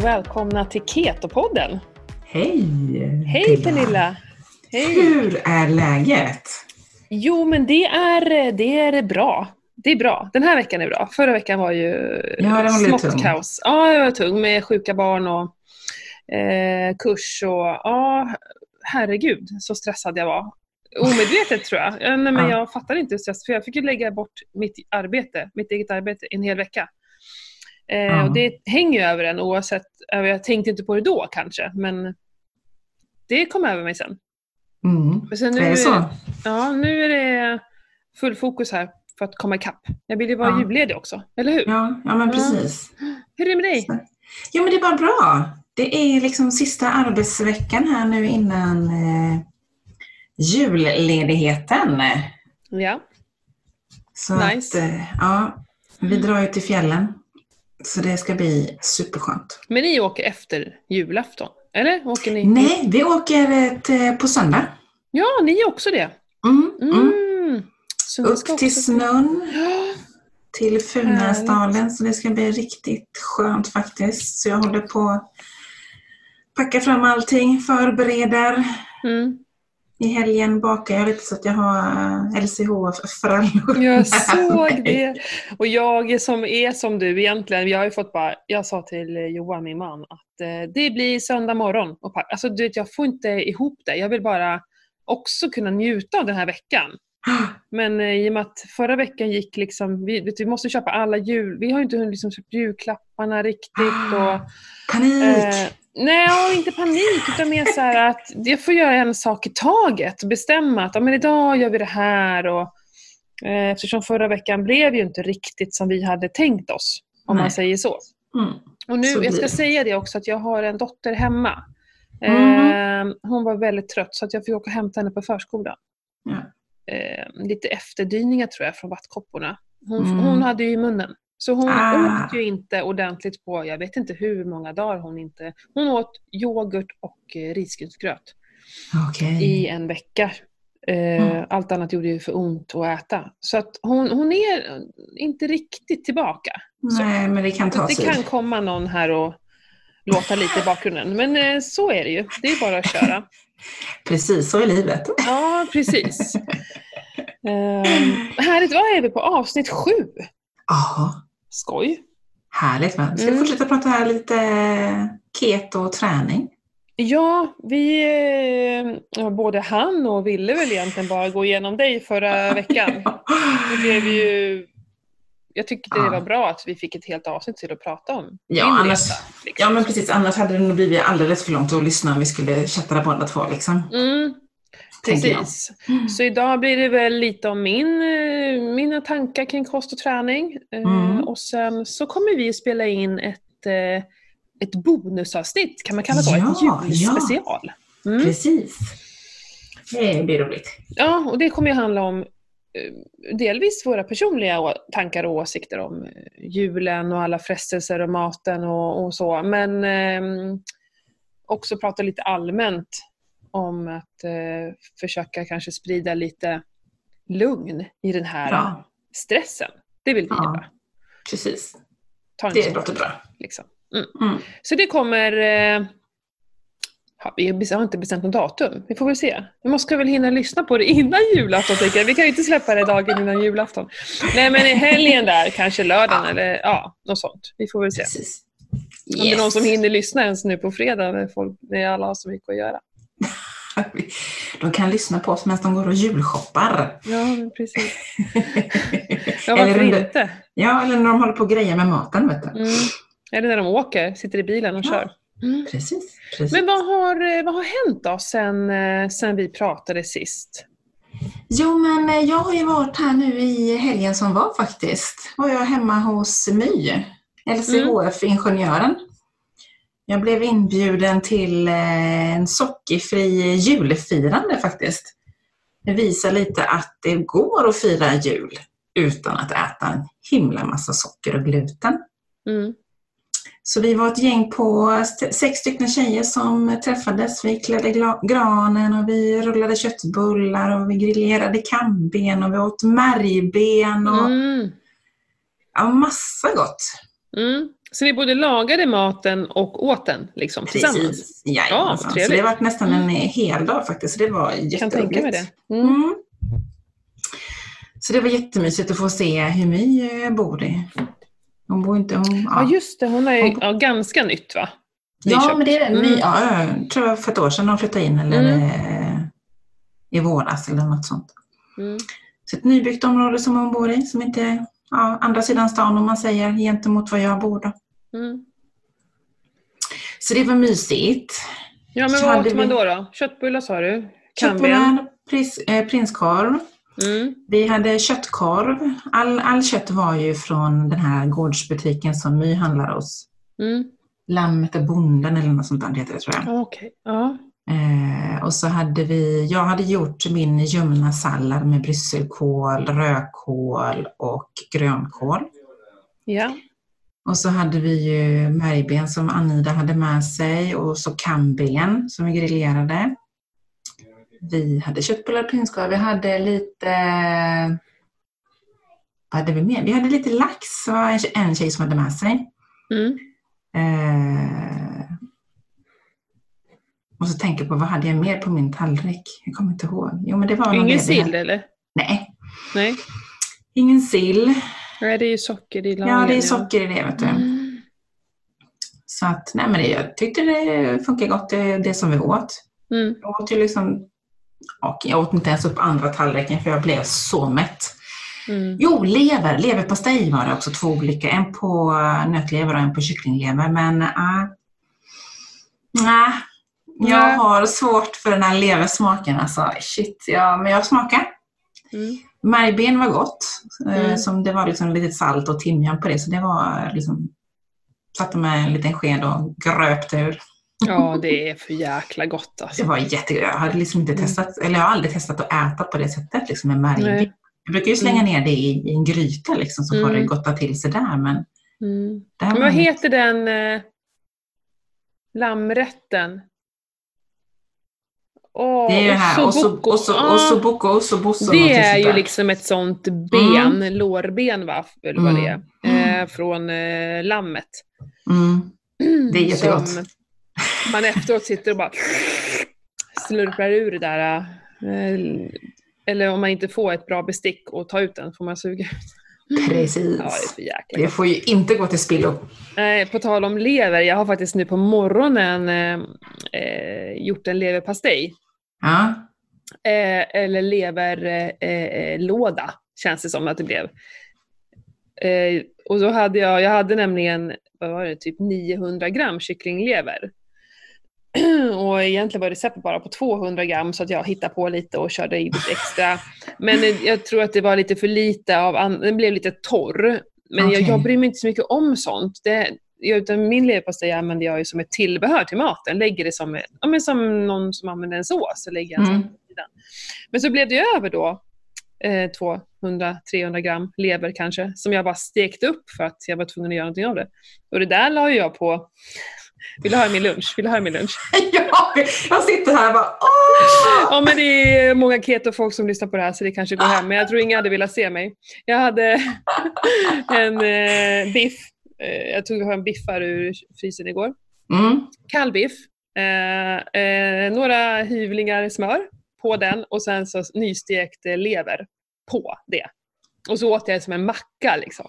välkomna till Keto-podden. Hej! Hej Pernilla! Hej. Hur är läget? Jo, men det är bra. Det är bra. Den här veckan är bra. Förra veckan var ju smått kaos. Ja, det var tung med sjuka barn och kurs och herregud så stressad jag var. Omedvetet tror jag. Men jag fattade inte stress för jag fick ju lägga bort mitt eget arbete en hel vecka. Och det hänger ju över en oavsett, jag tänkte inte på det då kanske, men det kom över mig sen. Men sen nu är det så? Nu är det full fokus här för att komma ikapp. Jag vill ju vara julledig också, eller hur? Ja, men precis. Hur är det med dig? Jo, men det är bara bra. Det är liksom sista arbetsveckan här nu innan julledigheten. Ja. Så nice. Vi drar ju till fjällen. Så det ska bli superskönt. Men ni åker efter julafton, eller? Åker ni? Nej, vi åker på söndag. Ja, ni är också det. Så upp till snön. Till Funäsdalen. Så det ska bli riktigt skönt faktiskt. Så jag håller på att packa fram allting. Förbereder. I helgen bakar jag lite så att jag har LCHF-frallor. Jag såg det. Och jag som är som du egentligen, jag sa till Johan, min man, att det blir söndag morgon. Alltså du vet, jag får inte ihop det. Jag vill bara också kunna njuta av den här veckan. Men i och med att förra veckan gick liksom, vi måste köpa alla vi har ju inte liksom köpt julklapparna riktigt. Och, panik! Nej, inte panik, utan mer så här att jag får göra en sak i taget och bestämma att men idag gör vi det här. Och, eftersom förra veckan blev ju inte riktigt som vi hade tänkt oss, om man säger så. Och nu, jag ska säga det också, att jag har en dotter hemma. Hon var väldigt trött så att jag fick åka och hämta henne på förskolan. Lite efterdyningar tror jag från vattkopporna. Hon hade ju i munnen. Så hon åt ju inte ordentligt på, jag vet inte hur många dagar hon åt yoghurt och risgrynsgröt i en vecka. Allt annat gjorde ju för ont att äta. Så att hon är inte riktigt tillbaka. Nej, men det kan ta sig. Det kan komma någon här och låta lite i bakgrunden. Men så är det ju. Det är bara att köra. Precis, så är livet. Ja, precis. Härligt, vad är vi på? Avsnitt 7. Ja. Skoj. Härligt, va? Ska vi fortsätta prata här lite keto och träning? Ja, både han och ville väl egentligen bara gå igenom dig förra veckan. Det blev ju, jag tyckte det var bra att vi fick ett helt avsnitt till att prata om. Resa, liksom. Ja, men precis. Annars hade det nog blivit alldeles för långt att lyssna om vi skulle chatta där båda två. Liksom. Precis. Så idag blir det väl lite om mina tankar kring kost och träning. Och sen så kommer vi spela in ett bonusavsnitt, kan man kalla det, ett julspecial. Precis. Det blir roligt. Ja, och det kommer ju handla om delvis våra personliga tankar och åsikter om julen och alla frestelser och maten och så. Men också prata lite allmänt om att försöka kanske sprida lite lugn i den här stressen. Det vill vi göra. Precis. Det låter bra. Liksom. Så det kommer... vi har inte bestämt något datum. Vi får väl se. Vi måste väl hinna lyssna på det innan julafton, tycker jag. Vi kan ju inte släppa det dagen innan julafton. Nej, men i helgen där, kanske lördagen eller något sånt. Vi får väl se. Precis. Om det är någon som hinner lyssna ens nu på fredag när alla har så mycket att göra. De kan lyssna på oss medan de går och julshoppar. Ja, men precis. Ja, varför inte? Ja, eller när de håller på att greja med maten, vet du. Eller när de åker, sitter i bilen och kör. Precis. Men vad har hänt då sen vi pratade sist? Jo, men jag har ju varit här nu i helgen som var faktiskt. Var jag hemma hos My, LCHF-ingenjören. Jag blev inbjuden till en sockerfri julfirande faktiskt. Det visar lite att det går att fira jul utan att äta en himla massa socker och gluten. Så vi var ett gäng på 6 stycken tjejer som träffades. Vi klädde granen och vi rullade köttbullar och vi grillerade kamben och vi åt märgben och massa gott. Så vi både lagade maten och åt den liksom, tillsammans? Precis, ja, så trevligt. det var nästan en hel dag faktiskt, så det var Jag kan tänka mig jätteroligt. det. Så det var jättemysigt att få se hur My bor i. Hon bor inte... Ja, just det. Hon är ganska nytt, va? Ja, men det är jag tror jag för ett år sedan hon flyttade in, eller i våras eller något sånt. Så ett nybyggt område som hon bor i, som inte andra sidan stan, om man säger, gentemot var jag bor då. Så det var mysigt. Ja, men vad åt man då? Köttbullar sa du? Köttbullar, prinskorv. Vi hade köttkorv. All kött var ju från den här gårdsbutiken som My handlar hos. Lammet och bonden eller något sånt där heter det, tror jag. Okej, ja. Och så hade jag hade gjort min ljumna sallad med brysselkål, rödkål och grönkål. Ja. Och så hade vi ju märgben som Anida hade med sig, och så kamben som vi grillerade. Vi hade köttbullar och prinskorv. Vi hade lite... Vad hade vi mer? Vi hade lite lax. Det var en tjej som hade med sig. Och så tänker jag på, vad hade jag mer på min tallrik? Jag kommer inte ihåg. Jo, men det var ingen sill, eller? Nej. Ingen sill. Nej, det är ju socker i lagen. Ja, det är socker i det, vet du. Så att, nej, men jag tyckte det funkar gott, det som vi åt. Jag åt ju liksom... Och jag åt inte ens upp andra tallriken för jag blev så mätt. Jo, leverpastej var det också, 2 olika. En på nötlever och en på kycklinglever. Men jag har svårt för den här leversmaken. Alltså, men jag smakar. Märgben var gott. Som det var liksom lite salt och timjan på det. Så det var liksom... Satte med en liten sked och gröpte ur. Ja, det är för jäkla gott alltså. Det var jättegott. Jag hade liksom inte testat, eller jag har aldrig testat att äta på det sättet liksom med märgben. Jag brukar ju slänga ner det i en gryta liksom, så får det gotta till sig där. Men, men vad heter den lammrätten? Det är ju här ossobuco. Det är ju liksom ett sånt ben, lårben, va? Eller vad det är. Från lammet. Det är jättegott. Man efteråt sitter och bara slurpar ur det där. Eller om man inte får ett bra bestick och ta ut den, får man suga ut. Precis. Ja, det är för jäkla det får ju inte gå till spillo. På tal om lever, jag har faktiskt nu på morgonen gjort en leverpastej. Ja. Eller leverlåda, känns det som att det blev. Och då hade jag hade nämligen, vad var det, typ 900 gram kycklinglever. Och egentligen var receptet bara på 200 gram, så att jag hittade på lite och körde i lite extra. Men jag tror att det var lite för lite den blev lite torr. Men jag bryr mig inte så mycket om sånt. Utan min leverpastej använder jag ju som ett tillbehör till maten. Lägger det som någon som använder en sås, så lägger jag en sån i den. Men så blev det över då 200-300 gram lever kanske, som jag bara stekte upp för att jag var tvungen att göra någonting av det. Och det där la jag på. Vill du ha min lunch? Ja, jag sitter här och bara Ja, men det är många keto-folk som lyssnar på det här, så det kanske går hem. Men jag tror ingen hade velat se mig. Jag hade en biff. Jag tog en biffar ur frysen igår. Kallbiff. Några hyvlingar smör på den. Och sen så nystekt lever på det. Och så åt jag det som en macka liksom.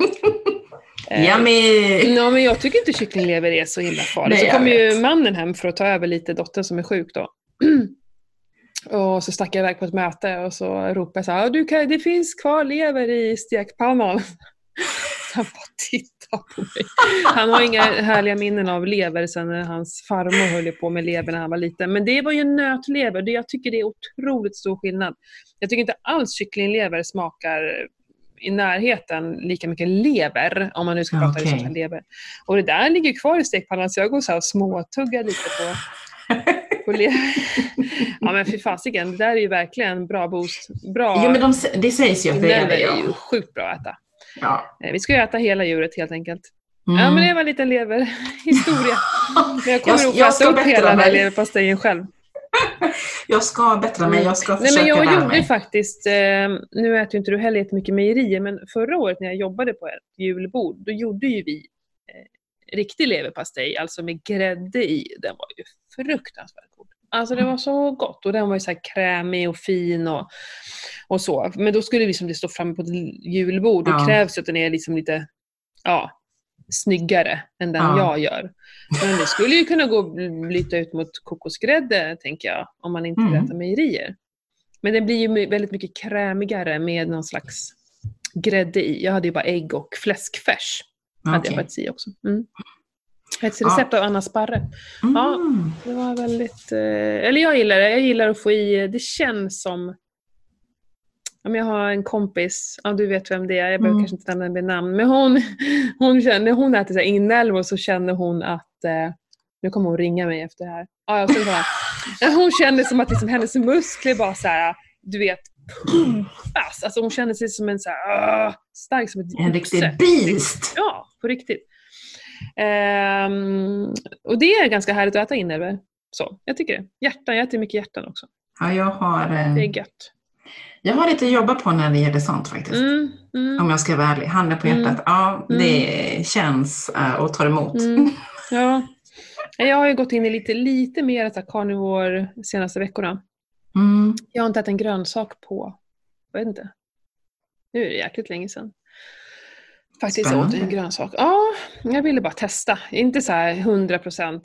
Yummy! Men jag tycker inte kycklinglever är så himla farligt. Så kom ju mannen hem för att ta över lite dottern som är sjuk då. Och så stack jag iväg på ett möte och så ropade jag så här: det finns kvar lever i stekpannan. Så han bara tittar på mig. Han har inga härliga minnen av lever sen när hans farmor höll på med lever när han var liten. Men det var ju nötlever. Jag tycker det är otroligt stor skillnad. Jag tycker inte alls kycklinglever smakar i närheten lika mycket lever, om man nu ska prata om lever. Och det där ligger kvar i stekpannan, så jag går så här och småtuggar lite på lever. Ja, men för fasiken, det där är ju verkligen bra boost. Bra. Ja, men det sägs ju att det är ju sjukt bra att äta. Ja. Vi ska ju äta hela djuret helt enkelt. Ja, men det var en liten leverhistoria. Men jag kommer nog äta upp hela den leverpastejen själv. Jag ska bättra mig, jag ska försöka. Nej, men jag gjorde faktiskt, nu äter ju inte du heller jättemycket mejerier, men förra året när jag jobbade på ett julbord, då gjorde ju vi riktig leverpastej, alltså med grädde i, den var ju fruktansvärt god. Alltså det var så gott och den var ju så här krämig och fin och så. Men då skulle vi som det stå framme på ett julbord, då krävs att den är liksom lite snyggare än den jag gör. Men det skulle ju kunna gå och byta ut mot kokosgrädde, tänker jag, om man inte vill äta mejerier. Men den blir ju väldigt mycket krämigare med någon slags grädde i. Jag hade ju bara ägg och fläskfärs. Hade jag faktiskt i också. Ett recept av Anna Sparre. Ja, det var väldigt... eller jag gillar det. Jag gillar att få i... Det känns som... Om jag har en kompis, du vet vem det är, jag behöver kanske inte nämna med namn, men hon känner, hon äter så här inälvor, så känner hon att, nu kommer hon ringa mig efter det här. Hon känner som att liksom hennes muskler bara så här, du vet, pumpas. Alltså hon känner sig som en så här, stark som ett en riktig beast. Ja, på riktigt. Och det är ganska härligt att äta inälvor. Så, jag tycker det. Hjärtan, jag äter mycket hjärtan också. Ja, det är gött. Jag har lite att jobba på när det gäller sånt faktiskt. Om jag ska vara ärlig. Handen på hjärtat. Ja, det känns och tar emot. Ja. Jag har ju gått in i lite mer att carnivore de senaste veckorna. Jag har inte ätit en grönsak på, jag vet inte. Nu är det jäkligt länge sedan. Faktiskt åt en grönsak. Ja, jag ville bara testa. Inte så här 100%.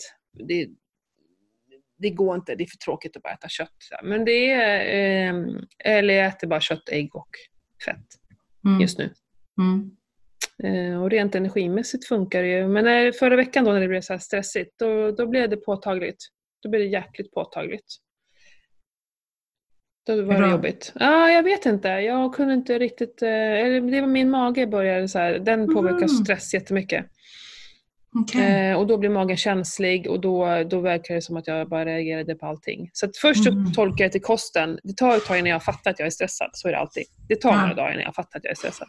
Det går inte, det är för tråkigt att bara äta kött. Men det är, eller jag äter bara kött, ägg och fett just nu. Och rent energimässigt funkar det ju. Men förra veckan då när det blev så här stressigt, då blev det påtagligt. Då blev det jäkligt påtagligt. Då var det jobbigt. Ja, jag vet inte. Jag kunde inte riktigt... Eller det var min mage började så här. Den påverkar stress jättemycket. Okay. Och då blir magen känslig och då verkar det som att jag bara reagerade på allting. Så att först så tolkar jag till kosten. Det tar ett tag innan jag fattar att jag är stressad. Så är det alltid. Det tar några dagar innan jag fattar att jag är stressad.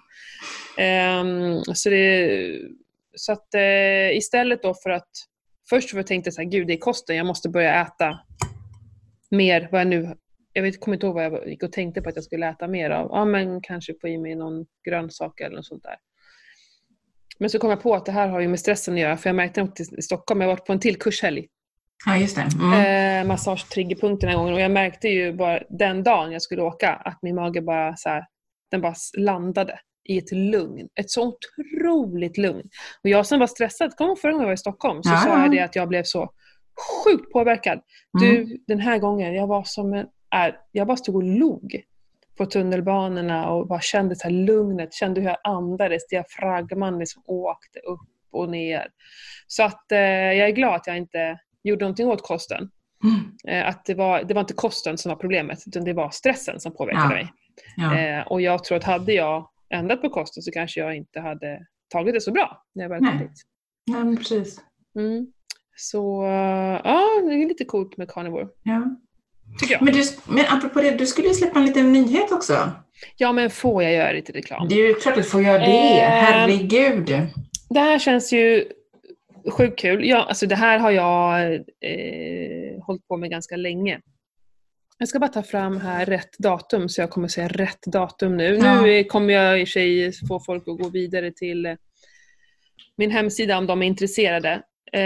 Så att istället då för att först så tänkte jag så här, gud det är kosten. Jag måste börja äta mer vad jag nu... Jag kommer inte ihåg vad jag gick och tänkte på att jag skulle äta mer av. Ja, men kanske få i mig någon grönsak eller något sånt där. Men så kom jag på att det här har ju med stressen att göra. För jag märkte något i Stockholm. Jag har varit på en till kurshelg. Ja, just det. Massage-triggerpunkten en gång. Och jag märkte ju bara den dagen jag skulle åka. Att min mage bara så här, den bara landade i ett lugn. Ett så otroligt lugn. Och jag som var stressad. Kom förra gången jag var i Stockholm. Så sa jag det att jag blev så sjukt påverkad. Du, den här gången. Jag var som jag bara stod och log på tunnelbanorna och bara kände så här lugnet, kände hur jag andades, diafragman liksom åkte upp och ner. Så att jag är glad att jag inte gjorde någonting åt kosten. Att det var inte kosten som var problemet, utan det var stressen som påverkade mig. Ja. Och jag tror att hade jag ändrat på kosten så kanske jag inte hade tagit det så bra när jag väl kom dit. Nej, precis. Så ja, det är lite coolt med carnivore. Ja. Men apropå det, du skulle ju släppa en liten nyhet också. Ja, men får jag göra lite reklam? Det är ju klart att du får göra det, herregud. Det här känns ju sjukt kul. Ja, alltså det här har jag hållit på med ganska länge. Jag ska bara ta fram här rätt datum, så jag kommer säga rätt datum nu. Ja. Nu kommer jag i sig få folk att gå vidare till min hemsida om de är intresserade.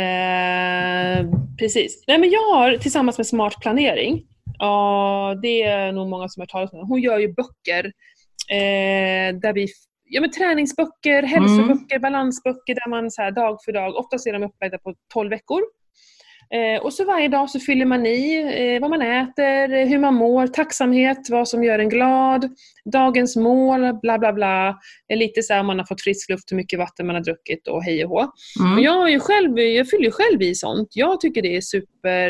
Precis. Nej, men jag har tillsammans med Smart Planering, det är nog många som har talat om. Hon gör ju böcker där vi träningsböcker, hälsoböcker, balansböcker där man så här dag för dag, oftast är de upplagda på 12 veckor. Och så varje dag så fyller man i vad man äter, hur man mår, tacksamhet, vad som gör en glad, dagens mål, bla bla bla. Lite så här om man har fått frisk luft, hur mycket vatten man har druckit och hej och hå. Och jag fyller ju själv i sånt. Jag tycker det är super,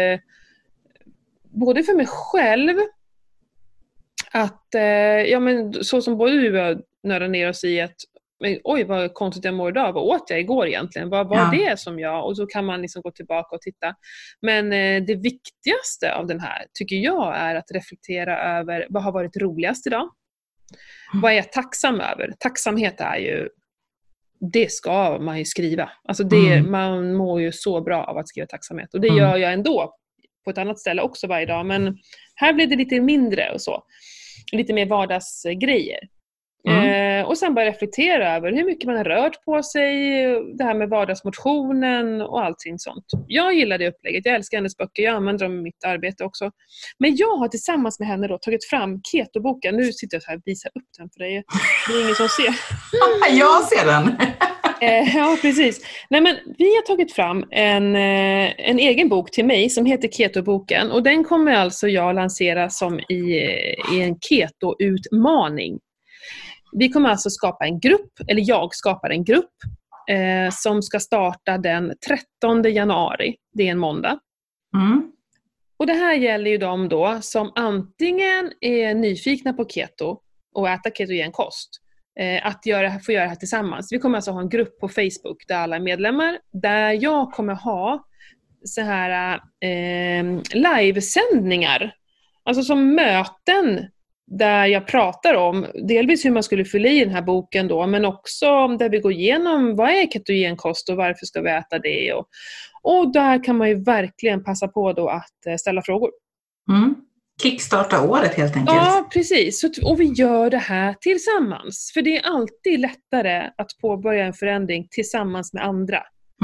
både för mig själv, att så som både du och nördar ner oss i att oj vad konstigt jag mår idag, vad åt jag igår egentligen, vad var det som jag, och så kan man liksom gå tillbaka och titta. Men det viktigaste av den här tycker jag är att reflektera över vad har varit roligast idag, vad är jag tacksam över. Tacksamhet är ju, det ska man ju skriva, alltså man mår ju så bra av att skriva tacksamhet, och det gör jag ändå på ett annat ställe också varje dag, men här blir det lite mindre och så, lite mer vardagsgrejer. Och sen bara reflektera över hur mycket man har rört på sig, det här med vardagsmotionen och allting sånt. Jag gillar det upplägget, jag älskar hennes böcker, jag använder dem i mitt arbete också. Men jag har tillsammans med henne då tagit fram Keto-boken. Nu sitter jag så här och visar upp den för dig. Det är ingen som ser. Jag ser den! Ja, precis. Nej, men vi har tagit fram en egen bok till mig som heter Keto-boken. Och den kommer alltså jag lansera som i en keto-utmaning. Vi kommer alltså skapa en grupp, eller jag skapar en grupp som ska starta den 13 januari. Det är en måndag. Och det här gäller ju de då som antingen är nyfikna på keto och äta ketogen kost. Att få göra det här tillsammans. Vi kommer alltså ha en grupp på Facebook där alla är medlemmar. Där jag kommer ha så här livesändningar. Alltså som möten där jag pratar om delvis hur man skulle fylla i den här boken då, men också där vi går igenom vad är ketogenkost och varför ska vi äta det. Och där kan man ju verkligen passa på då att ställa frågor. Kickstarta året helt enkelt. Ja, precis. Och vi gör det här tillsammans. För det är alltid lättare att påbörja en förändring tillsammans med andra.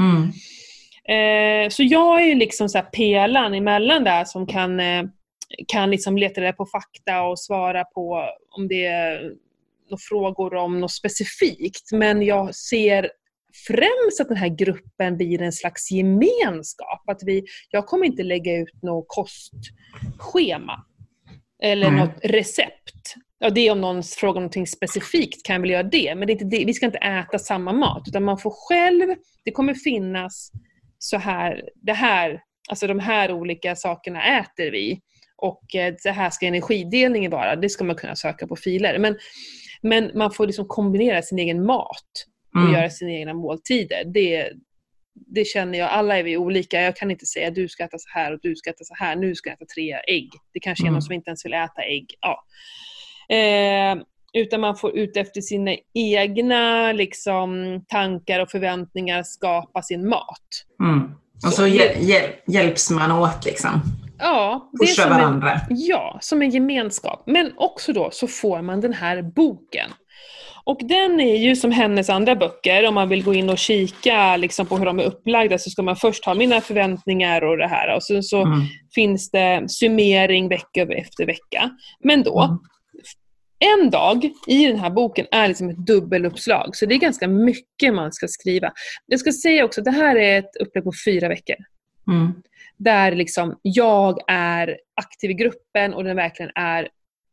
Så jag är ju liksom så här pelan emellan där som kan liksom leta det på fakta och svara på om det är några frågor om något specifikt. Men jag ser främst att den här gruppen blir en slags gemenskap. Jag kommer inte lägga ut något kostschema eller något recept. Ja, det är om någon frågar någonting specifikt kan jag väl göra det. Men det är inte det. Vi ska inte äta samma mat. Utan man får själv, det kommer finnas så här, alltså de här olika sakerna äter vi. Och så här ska energidelningen vara. Det ska man kunna söka på filer. Men man får liksom kombinera sin egen mat och göra sina egna måltider. Det känner jag, alla är vi olika. Jag kan inte säga du ska äta så här och du ska äta så här. Nu ska jag äta 3 ägg. Det kanske är någon som inte ens vill äta ägg. Ja. Utan man får ut efter sina egna liksom, tankar och förväntningar skapa sin mat. Och så hjälps man åt liksom. Ja, det är som varandra. Som en gemenskap. Men också då så får man den här boken. Och den är ju som hennes andra böcker. Om man vill gå in och kika liksom, på hur de är upplagda så ska man först ha mina förväntningar och det här. Och så finns det summering vecka efter vecka. Men då, en dag i den här boken är liksom ett dubbeluppslag. Så det är ganska mycket man ska skriva. Jag ska säga också, det här är ett upplägg på 4 veckor. Där liksom jag är aktiv i gruppen och den verkligen är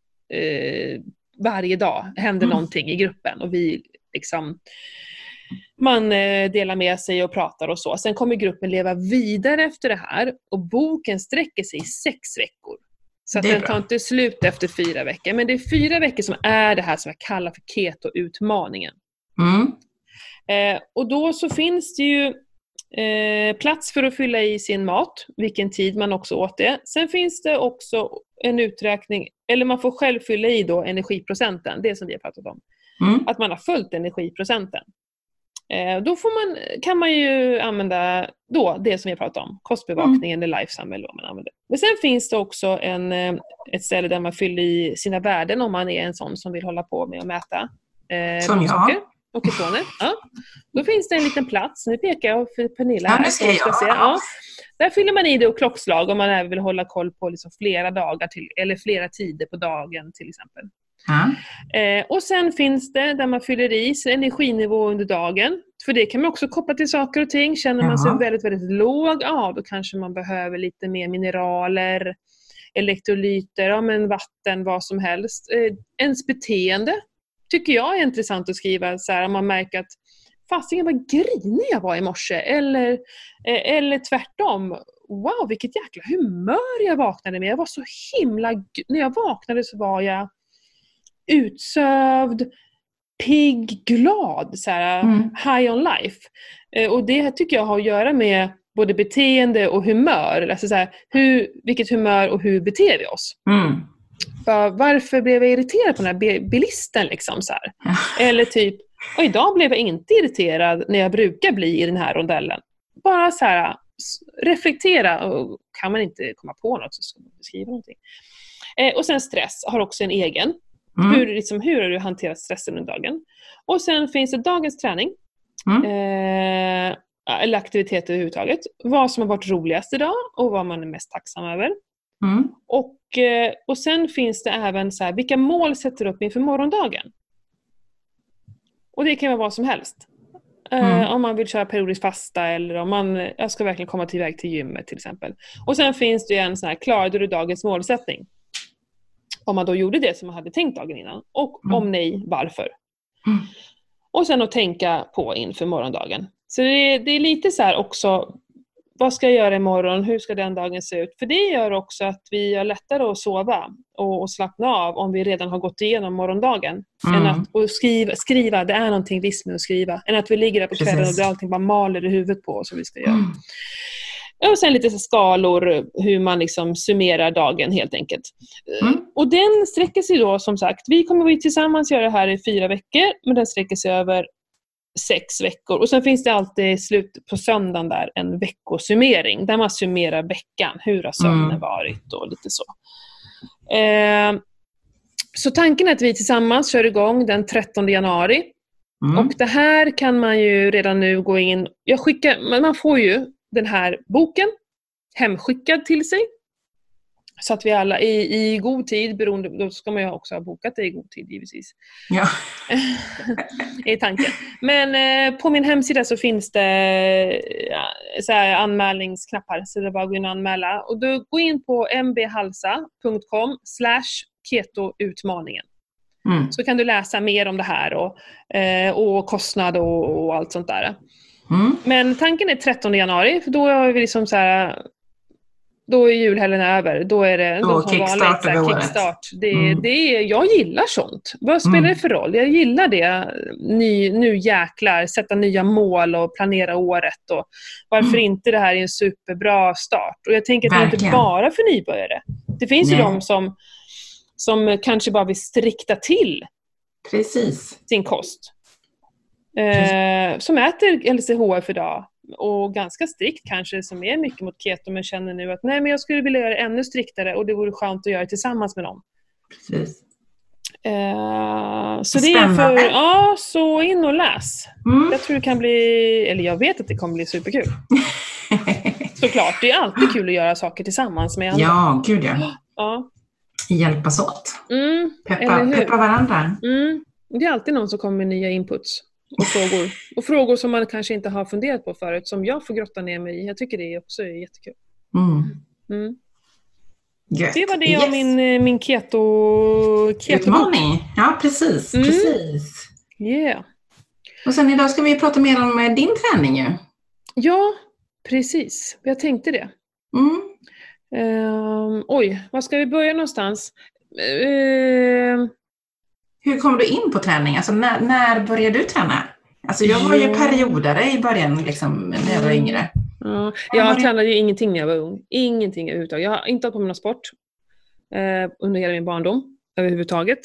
varje dag händer någonting i gruppen och vi liksom man delar med sig och pratar och så. Sen kommer gruppen leva vidare efter det här och boken sträcker sig i 6 veckor. Så att den tar inte slut efter 4 veckor. Men det är 4 veckor som är det här som jag kallar för keto-utmaningen. Och då så finns det ju plats för att fylla i sin mat, vilken tid man också åt det. Sen finns det också en uträkning, eller man får själv fylla i då energiprocenten, det som vi har pratat om. Att man har följt energiprocenten. Då kan man ju använda då det som vi har pratat om, kostbevakningen eller Lifesum eller vad man använder. Men sen finns det också ett ställe där man fyller i sina värden om man är en sån som vill hålla på med att mäta blodsocker och ketoner. Ja. Då finns det en liten plats, nu pekar jag för Pernilla här. Ja. Där fyller man i det och klockslag om man även vill hålla koll på liksom flera dagar eller flera tider på dagen till exempel. Och sen finns det där man fyller i sin energinivå under dagen. För det kan man också koppla till saker och ting. Känner man sig väldigt, väldigt låg, då kanske man behöver lite mer mineraler, elektrolyter, vatten, vad som helst. Ens beteende tycker jag är intressant att skriva så här, om man märker att fastingen vad grinig jag var i morse. Eller tvärtom. Wow, vilket jäkla humör jag vaknade med. Jag var så himla... När jag vaknade så var jag utsövd, pigg, glad. Så här, high on life. Och det tycker jag har att göra med både beteende och humör. Alltså så här, vilket humör och hur beter vi oss. Varför blev jag irriterad på den här bilisten? Liksom, så här? Eller typ, och idag blev jag inte irriterad när jag brukar bli i den här rondellen. Bara så här, reflektera. Och kan man inte komma på något så ska man beskriva någonting. Och sen stress har också en egen. Hur har du hanterat stressen under dagen? Och sen finns det dagens träning. Eller aktiviteter överhuvudtaget. Vad som har varit roligast idag och vad man är mest tacksam över. Och sen finns det även så här, vilka mål sätter du upp inför morgondagen? Och det kan vara vad som helst. Om man vill köra periodiskt fasta eller om jag ska verkligen komma iväg till gymmet till exempel. Och sen finns det ju en sån här, klarade du dagens målsättning? Om man då gjorde det som man hade tänkt dagen innan. Och om nej, varför? Och sen att tänka på inför morgondagen. Så det är lite så här också, vad ska jag göra imorgon? Hur ska den dagen se ut? För det gör också att vi har lättare att sova och slappna av om vi redan har gått igenom morgondagen. Än att skriva, det är någonting visst med att skriva. Än att vi ligger där på kvällen och allting bara maler i huvudet på oss som vi ska göra. Och sen lite så skalor, hur man liksom summerar dagen helt enkelt. Och den sträcker sig då som sagt, vi kommer tillsammans göra det här i 4 veckor, men den sträcker sig över 6 veckor. Och sen finns det alltid slut på söndagen där en veckosummering, där man summerar veckan, hur har sömnen varit och lite så. Så tanken är att vi tillsammans kör igång den 13 januari. Och det här kan man ju redan nu gå in, man får ju den här boken hemskickad till sig. Så att vi alla i god tid, då ska man ju också ha bokat det i god tid givetvis. Ja. I tanken. Men på min hemsida så finns det så här anmälningsknappar, så det är bara att gå in och anmäla. Och då gå in på mbhalsa.com/ketoutmaningen. Så kan du läsa mer om det här och kostnad och allt sånt där. Men tanken är 13 januari, för då är vi liksom så här, då är julhelgen över. Då är det då som vanligt så här, kickstart. Jag gillar sånt. Vad spelar det för roll? Jag gillar det. Nu jäklar, sätta nya mål och planera året. Och varför inte det här är en superbra start? Och jag tänker att det är inte bara för nybörjare. Det finns ju de som kanske bara vill strikta till sin kost. Som äter LCHF idag och ganska strikt kanske, som är mycket mot keto, men känner nu att nej, men jag skulle vilja göra det ännu striktare och det vore skönt att göra det tillsammans med dem. Precis. Så det är så in och läs. Jag tror det kan bli, eller jag vet att det kommer bli superkul. Såklart, det är alltid kul att göra saker tillsammans med andra. Ja, gud ja. Hjälpas åt. Peppa varandra. Det är alltid någon som kommer med nya inputs och frågor. Och frågor som man kanske inte har funderat på förut, som jag får grotta ner mig i. Jag tycker det också är jättekul. Det var det om min keto-utmaning. Ja, precis. Yeah. Och sen idag ska vi prata mer om din träning ju. Ja, precis. Jag tänkte det. Var ska vi börja någonstans? Hur kom du in på träning? Alltså när började du träna? Alltså jag var ju periodare i början liksom, när jag var yngre. Jag tränade ju ingenting när jag var ung. Ingenting överhuvudtaget. Jag har inte hållit på med någon sport under hela min barndom överhuvudtaget.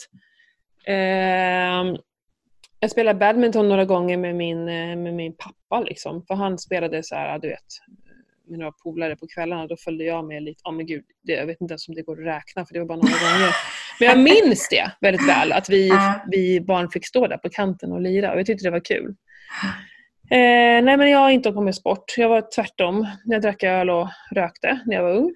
Jag spelade badminton några gånger med min pappa liksom. För han spelade så här, du vet, med några polare på kvällarna. Då följde jag med lite. Men gud, jag vet inte ens om det går att räkna, för det var bara några gånger. Men jag minns det väldigt väl, att vi barn fick stå där på kanten och lira. Och jag tyckte det var kul. Nej, men jag har inte hållit på med sport. Jag var tvärtom. Jag drack öl och rökte när jag var ung.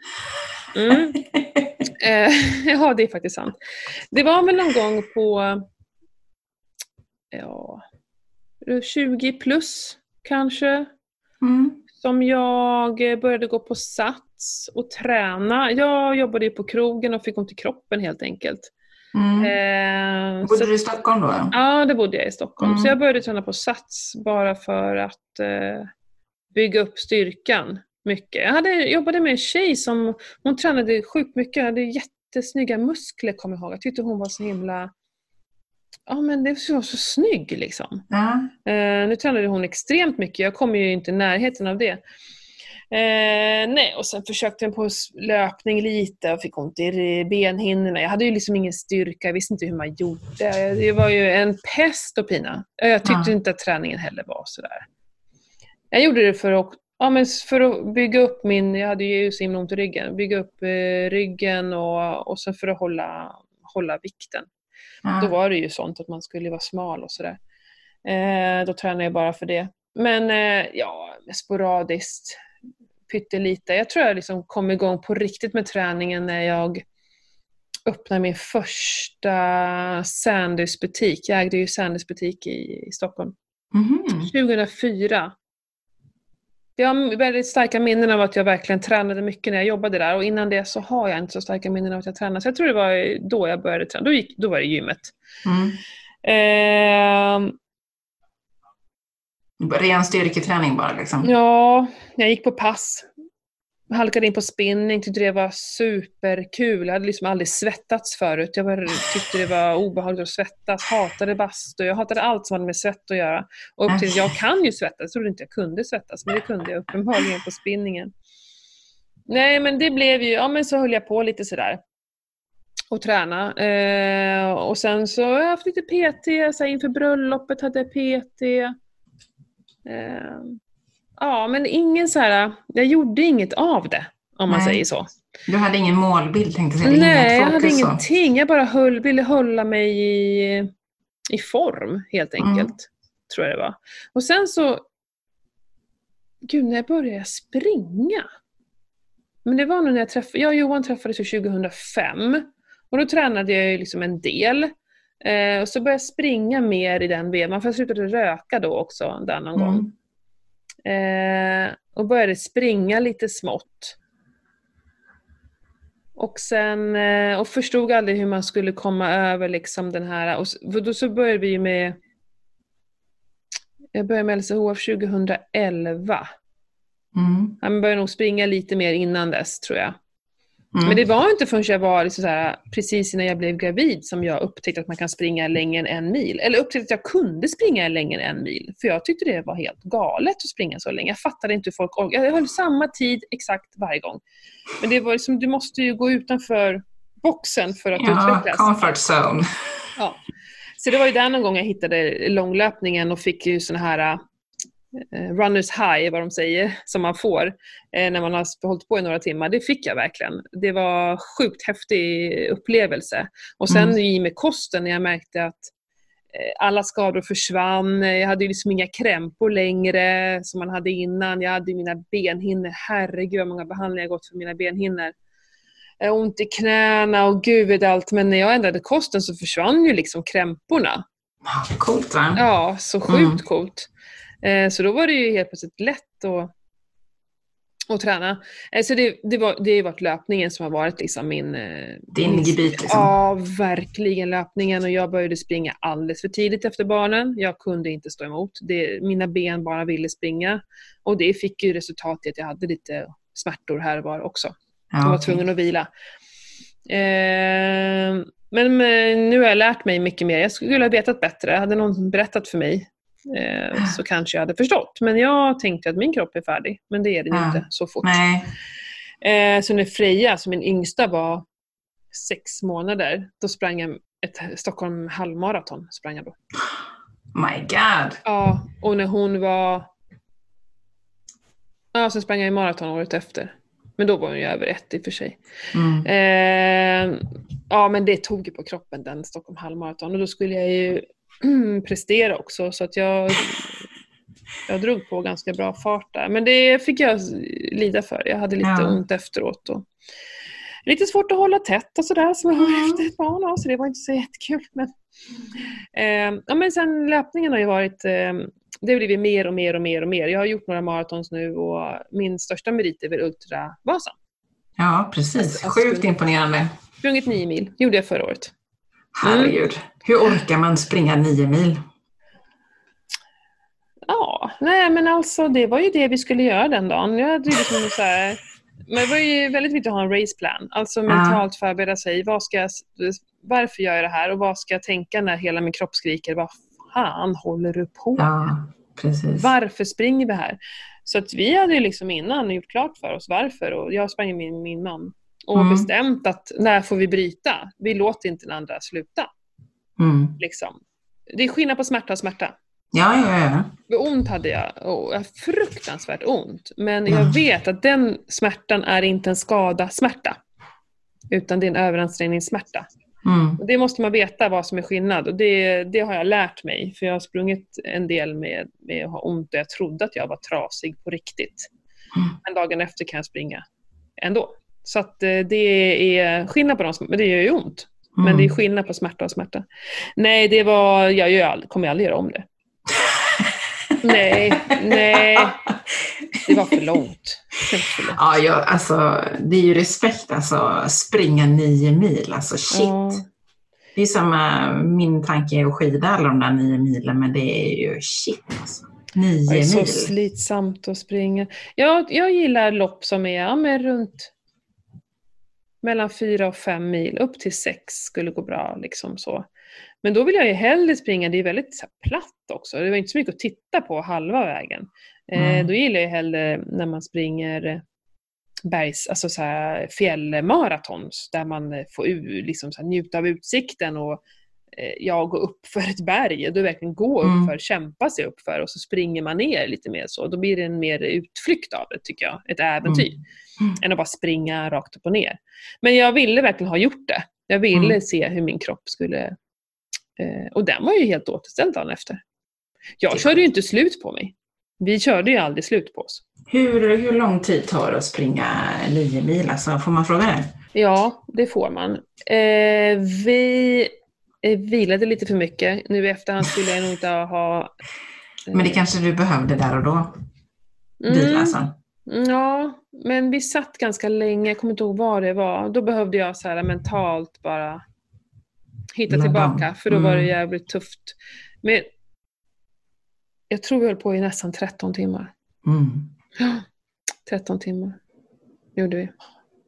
Ja, det är faktiskt sant. Det var väl någon gång på 20 plus kanske. Som jag började gå på Sats och träna. Jag jobbade ju på krogen och fick ont i kroppen helt enkelt. Bodde du i Stockholm då? Ja, det bodde jag i Stockholm. Så jag började träna på Sats bara för att bygga upp styrkan mycket. Jag jobbade med en tjej som hon tränade sjukt mycket. Hade jättesnygga muskler, kommer jag ihåg. Jag tyckte hon var så himla... Ja, men det var så snygg liksom. Nu tränade hon extremt mycket. Jag kom ju inte i närheten av det. Nej, och sen försökte jag på löpning lite och fick ont i benhinnorna. Jag hade ju liksom ingen styrka. Jag visste inte hur man gjorde. Det var ju en pest och pina. Jag tyckte inte att träningen heller var sådär. Jag gjorde det för att bygga upp jag hade ju så himla ont i ryggen. Bygga upp ryggen och sen för att hålla vikten. Då var det ju sånt att man skulle vara smal och sådär. Då tränade jag bara för det. Men sporadiskt, pyttelite. Jag tror jag liksom kom igång på riktigt med träningen när jag öppnade min första Sandys-butik. Jag ägde ju Sandys-butik i Stockholm. 2004. Jag har väldigt starka minnen av att jag verkligen tränade mycket när jag jobbade där. Och innan det så har jag inte så starka minnen av att jag tränade. Så jag tror det var då jag började träna. Då var det gymmet. Ren styrketräning bara liksom? Ja, jag gick på pass. Halkade in på spinning, tyckte det var superkul. Jag hade liksom aldrig svettats förut. Tyckte det var obehagligt att svettas. Hatade bastu. Jag hatade allt som hade med svett att göra. Och upp till jag kan ju svettas. Jag trodde inte jag kunde svettas. Men det kunde jag uppenbarligen på spinningen. Nej, men det blev ju... Ja, men så höll jag på lite sådär. Och träna. Och sen så har jag haft lite PT. Så inför bröllopet hade jag PT. Ja, men ingen så här, jag gjorde inget av det, om man säger så. Du hade ingen målbild, tänkte jag. Nej, jag hade ingenting. Jag bara ville hålla mig i form, helt enkelt. Tror jag det var. Och sen så, när jag började springa. Men det var nog när jag och Johan träffades 2005. Och då tränade jag ju liksom en del. Och så började jag springa mer i den vevan. För jag slutade röka då också, där någon gång. Och började springa lite smått. Och sen och förstod aldrig hur man skulle komma över liksom den här. Och då så började vi med... Jag började med LCHF 2011. Jag började nog springa lite mer innan dess, tror jag. Men det var inte förrän jag var liksom så här, precis innan jag blev gravid som jag upptäckte att man kan springa längre än 1 mil. Eller upptäckte att jag kunde springa längre än 1 mil. För jag tyckte det var helt galet att springa så länge. Jag fattade inte hur folk orkade. Jag höll samma tid exakt varje gång. Men det var liksom, du måste ju gå utanför boxen för att utvecklas. Comfort zone. Ja. Så det var ju där någon gång jag hittade långlöpningen och fick ju såna här... runners high, vad de säger, som man får när man har hållit på i några timmar. Det fick jag verkligen. Det var sjukt häftig upplevelse. Och sen i med kosten, när jag märkte att alla skador försvann. Jag hade ju liksom inga krämpor längre som man hade innan. Jag hade mina benhinnor. Herregud, vad många behandlingar jag gått för mina benhinnor. Ont i knäna och gud allt. Men när jag ändrade kosten så försvann ju liksom krämporna. Coolt, va? Ja, så sjukt coolt. Så då var det ju helt plötsligt lätt att träna. Så det har varit löpningen som har varit liksom din gebit liksom. Ja, verkligen löpningen. Och jag började springa alldeles för tidigt efter barnen. Jag kunde inte stå emot. Mina ben bara ville springa. Och det fick ju resultat i att jag hade lite smärtor här och var också. Jag var tvungen att vila. Men nu har jag lärt mig mycket mer. Jag skulle ha vetat bättre. Hade någon berättat för mig så kanske jag hade förstått. Men jag tänkte att min kropp är färdig. Men det är den inte så fort. Så när Freja, alltså min yngsta, var 6 månader, då sprang jag ett Stockholm halvmaraton. Sprang jag då. My God! Ja, och när hon var... Ja, så sprang jag i maraton året efter. Men då var hon ju över 1 i och för sig. Ja, men det tog ju på kroppen, den Stockholm halvmaraton. Och då skulle jag ju prestera också. Så att jag drog på ganska bra fart där. Men det fick jag lida för. Jag hade lite ont efteråt. Och lite svårt att hålla tätt och sådär som jag har efter ett barn. Så det var inte så jättekul. Men sen löpningen har ju varit... det har blivit mer och mer och mer och mer. Jag har gjort några maratons nu och min största merit är väl Ultravasan. Ja, precis. Sjukt imponerande. Sprungit 9 mil. Gjorde jag förra året. Herregud. Hur orkar man springa 9 mil? Ja, nej men alltså det var ju det vi skulle göra den dagen. Jag hade liksom så här, men det var ju väldigt viktigt att ha en raceplan. Alltså mentalt förbereda sig. Varför gör jag det här? Och vad ska jag tänka när hela min kropp skriker? Vad fan håller du på med? Ja, precis. Varför springer vi här? Så att vi hade ju liksom innan gjort klart för oss varför. Och jag sprang med min man. Och bestämt att när får vi bryta? Vi låter inte den andra sluta. Liksom. Det är skillnad på smärta och smärta. Ja. Ont hade jag. Fruktansvärt ont. Men jag vet att den smärtan är inte en skada smärta. Utan det är en överansträngningssmärta. Och det måste man veta vad som är skillnad. Och det har jag lärt mig. För jag har sprungit en del med att ha ont. Och jag trodde att jag var trasig på riktigt. Men dagen efter kan jag springa ändå. Så att det är skillnad på dem. Men det gör ju ont. Men det är skillnad på smärta och smärta. Nej, jag kommer aldrig göra om det. Nej. Det var för långt. Ja, alltså, det är ju respekt, alltså, springa 9 mil, alltså shit. Ja. Det är samma, min tanke är att skida alla de där 9 milen, men det är ju shit alltså. 9 mil. Det är så slitsamt att springa. Jag gillar lopp som är runt mellan 4 och 5 mil, upp till 6 skulle gå bra liksom så. Men då vill jag ju hellre springa, det är väldigt så här, platt också. Det var inte så mycket att titta på halva vägen. Då gillar jag hellre när man springer alltså så här fjällmaratons där man får liksom så här, njuta av utsikten och gå upp för ett berg. Då verkligen gå upp för, kämpa sig upp för och så springer man ner lite mer så. Då blir det en mer utflykt av det tycker jag, ett äventyr. Än att bara springa rakt upp och ner. Men jag ville verkligen ha gjort det. Jag ville se hur min kropp skulle... och den var ju helt återställd dagen efter. Jag körde ju inte slut på mig. Vi körde ju aldrig slut på oss. Hur lång tid tar det att springa 9 mil? Alltså, får man fråga det? Ja, det får man. Vi vilade lite för mycket. Nu i efterhand skulle jag nog inte ha... Men det kanske du behövde där och då? Vila alltså. Ja, men vi satt ganska länge. Jag kommer inte ihåg vad det var. Då behövde jag så här mentalt bara hitta tillbaka. För då var det jävligt tufft. Men jag tror vi höll på i nästan 13 timmar. Ja, 13 timmar gjorde vi.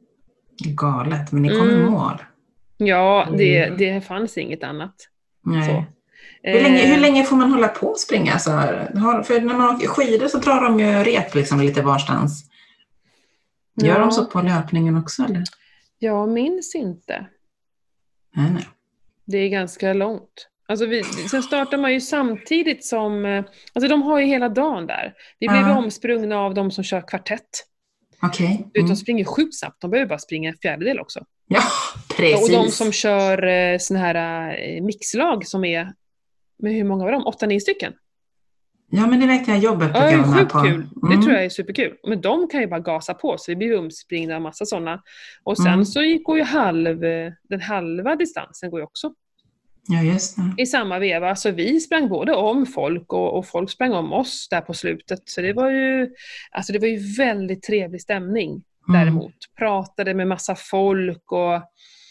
Galet, men ni kom i mål. Ja, det fanns inget annat. Nej. Så. Hur länge får man hålla på att springa så här? För när man åker skidor så drar de ju rep liksom lite varstans. Gör de så på löpningen också eller? Jag minns inte. Nej. Det är ganska långt. Alltså sen startar man ju samtidigt som... Alltså de har ju hela dagen där. Vi blev omsprungna av de som kör kvartett. Okej. De springer sjukt snabbt. De behöver bara springa en fjärdedel också. Ja, precis. Och de som kör såna här mixlag som är... Men hur många var de? 8-9 stycken. Ja, men det vet jag jobbet. Ja, det är sjukt kul. Det tror jag är superkul. Men de kan ju bara gasa på. Så vi blir omspringna av massa sådana. Och sen så går ju den halva distansen går ju också. Ja, just det. I samma veva. Så vi sprang både om folk och folk sprang om oss där på slutet. Så det var ju väldigt trevlig stämning däremot. Pratade med massa folk och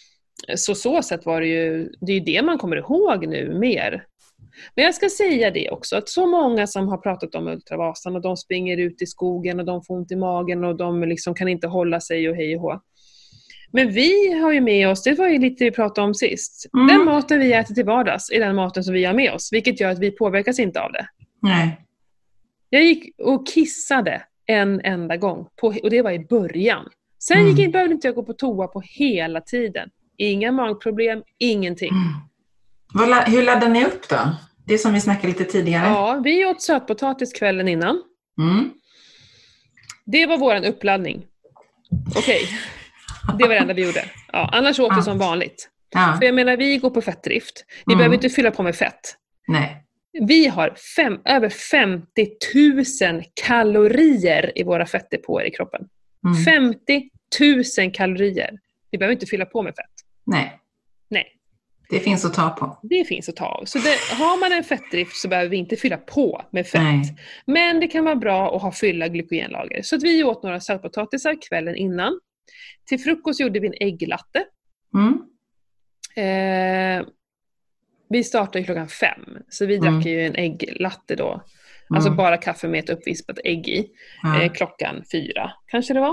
så sätt var det ju, det är ju det man kommer ihåg nu mer. Men jag ska säga det också, att så många som har pratat om Ultravasan och de springer ut i skogen och de får ont i magen och de liksom kan inte hålla sig och hej och hå. Men vi har ju med oss, det var ju lite vi pratade om sist, den maten vi äter till vardags är den maten som vi har med oss, vilket gör att vi påverkas inte av det. Nej. Jag gick och kissade en enda gång, och det var i början. Sen behövde inte jag gå på toa på hela tiden. Inga magproblem, ingenting. Hur laddar ni upp då? Det som vi snackade lite tidigare. Ja, vi åt sötpotatis kvällen innan. Det var våran uppladdning. Okej. Det var det enda vi gjorde. Ja, annars åt vi som vanligt. Ja. För jag menar, vi går på fettdrift. Vi behöver inte fylla på med fett. Nej. Vi har över 50 000 kalorier i våra fettdepåer i kroppen. 50 000 kalorier. Vi behöver inte fylla på med fett. Nej. Det finns att ta på. Det finns att ta av. Så har man en fettdrift så behöver vi inte fylla på med fett. Nej. Men det kan vara bra att ha fylla glykogenlager. Så att vi åt några sötpotatisar kvällen innan. Till frukost gjorde vi en ägglatte. Vi startade klockan 5. Så vi drack ju en ägglatte då. Alltså bara kaffe med ett uppvispat ägg i. Klockan 4 kanske det var.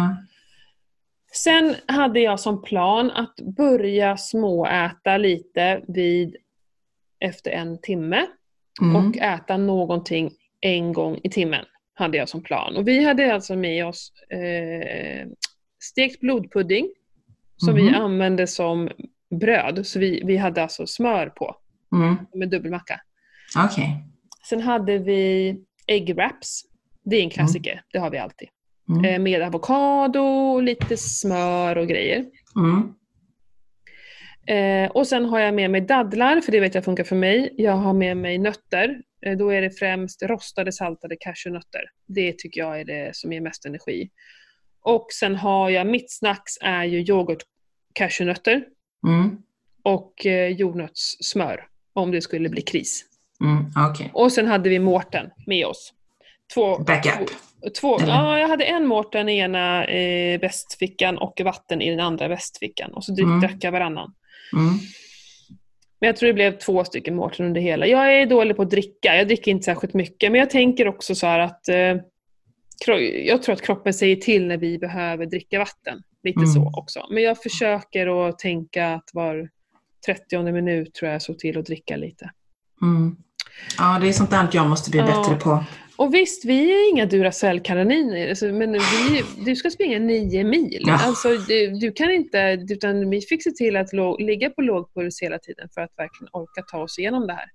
Sen hade jag som plan att börja småäta lite efter 1 timme. Och äta någonting en gång i timmen hade jag som plan. Och vi hade alltså med oss stekt blodpudding som vi använde som bröd. Så vi hade alltså smör på med dubbelmacka. Okay. Sen hade vi egg wraps. Det är en klassiker, det har vi alltid. Med avokado, lite smör och grejer. Och sen har jag med mig dadlar, för det vet jag funkar för mig. Jag har med mig nötter. Då är det främst rostade, saltade cashewnötter. Det tycker jag är det som ger mest energi. Och sen har jag, mitt snacks är ju yoghurt, cashewnötter och jordnötssmör om det skulle bli kris. Okay. Och sen hade vi Mårten med oss. Backup. Ja, jag hade en Mårten i ena västfickan och vatten i den andra västfickan. Och så drack jag varannan. Men jag tror det blev 2 stycken Mårten under hela. Jag är dålig på att dricka. Jag dricker inte särskilt mycket. Men jag tänker också så här att jag tror att kroppen säger till när vi behöver dricka vatten. Lite så också. Men jag försöker att tänka att var 30:e minut tror jag så till att dricka lite. Ja, det är sånt där jag måste bli bättre på. Och visst, vi är inga Duracell-kaniner, alltså, men du ska springa 9 mil. Ja. Alltså, du kan inte, utan vi fick se till att ligga på låg puls hela tiden för att verkligen orka ta oss igenom det här.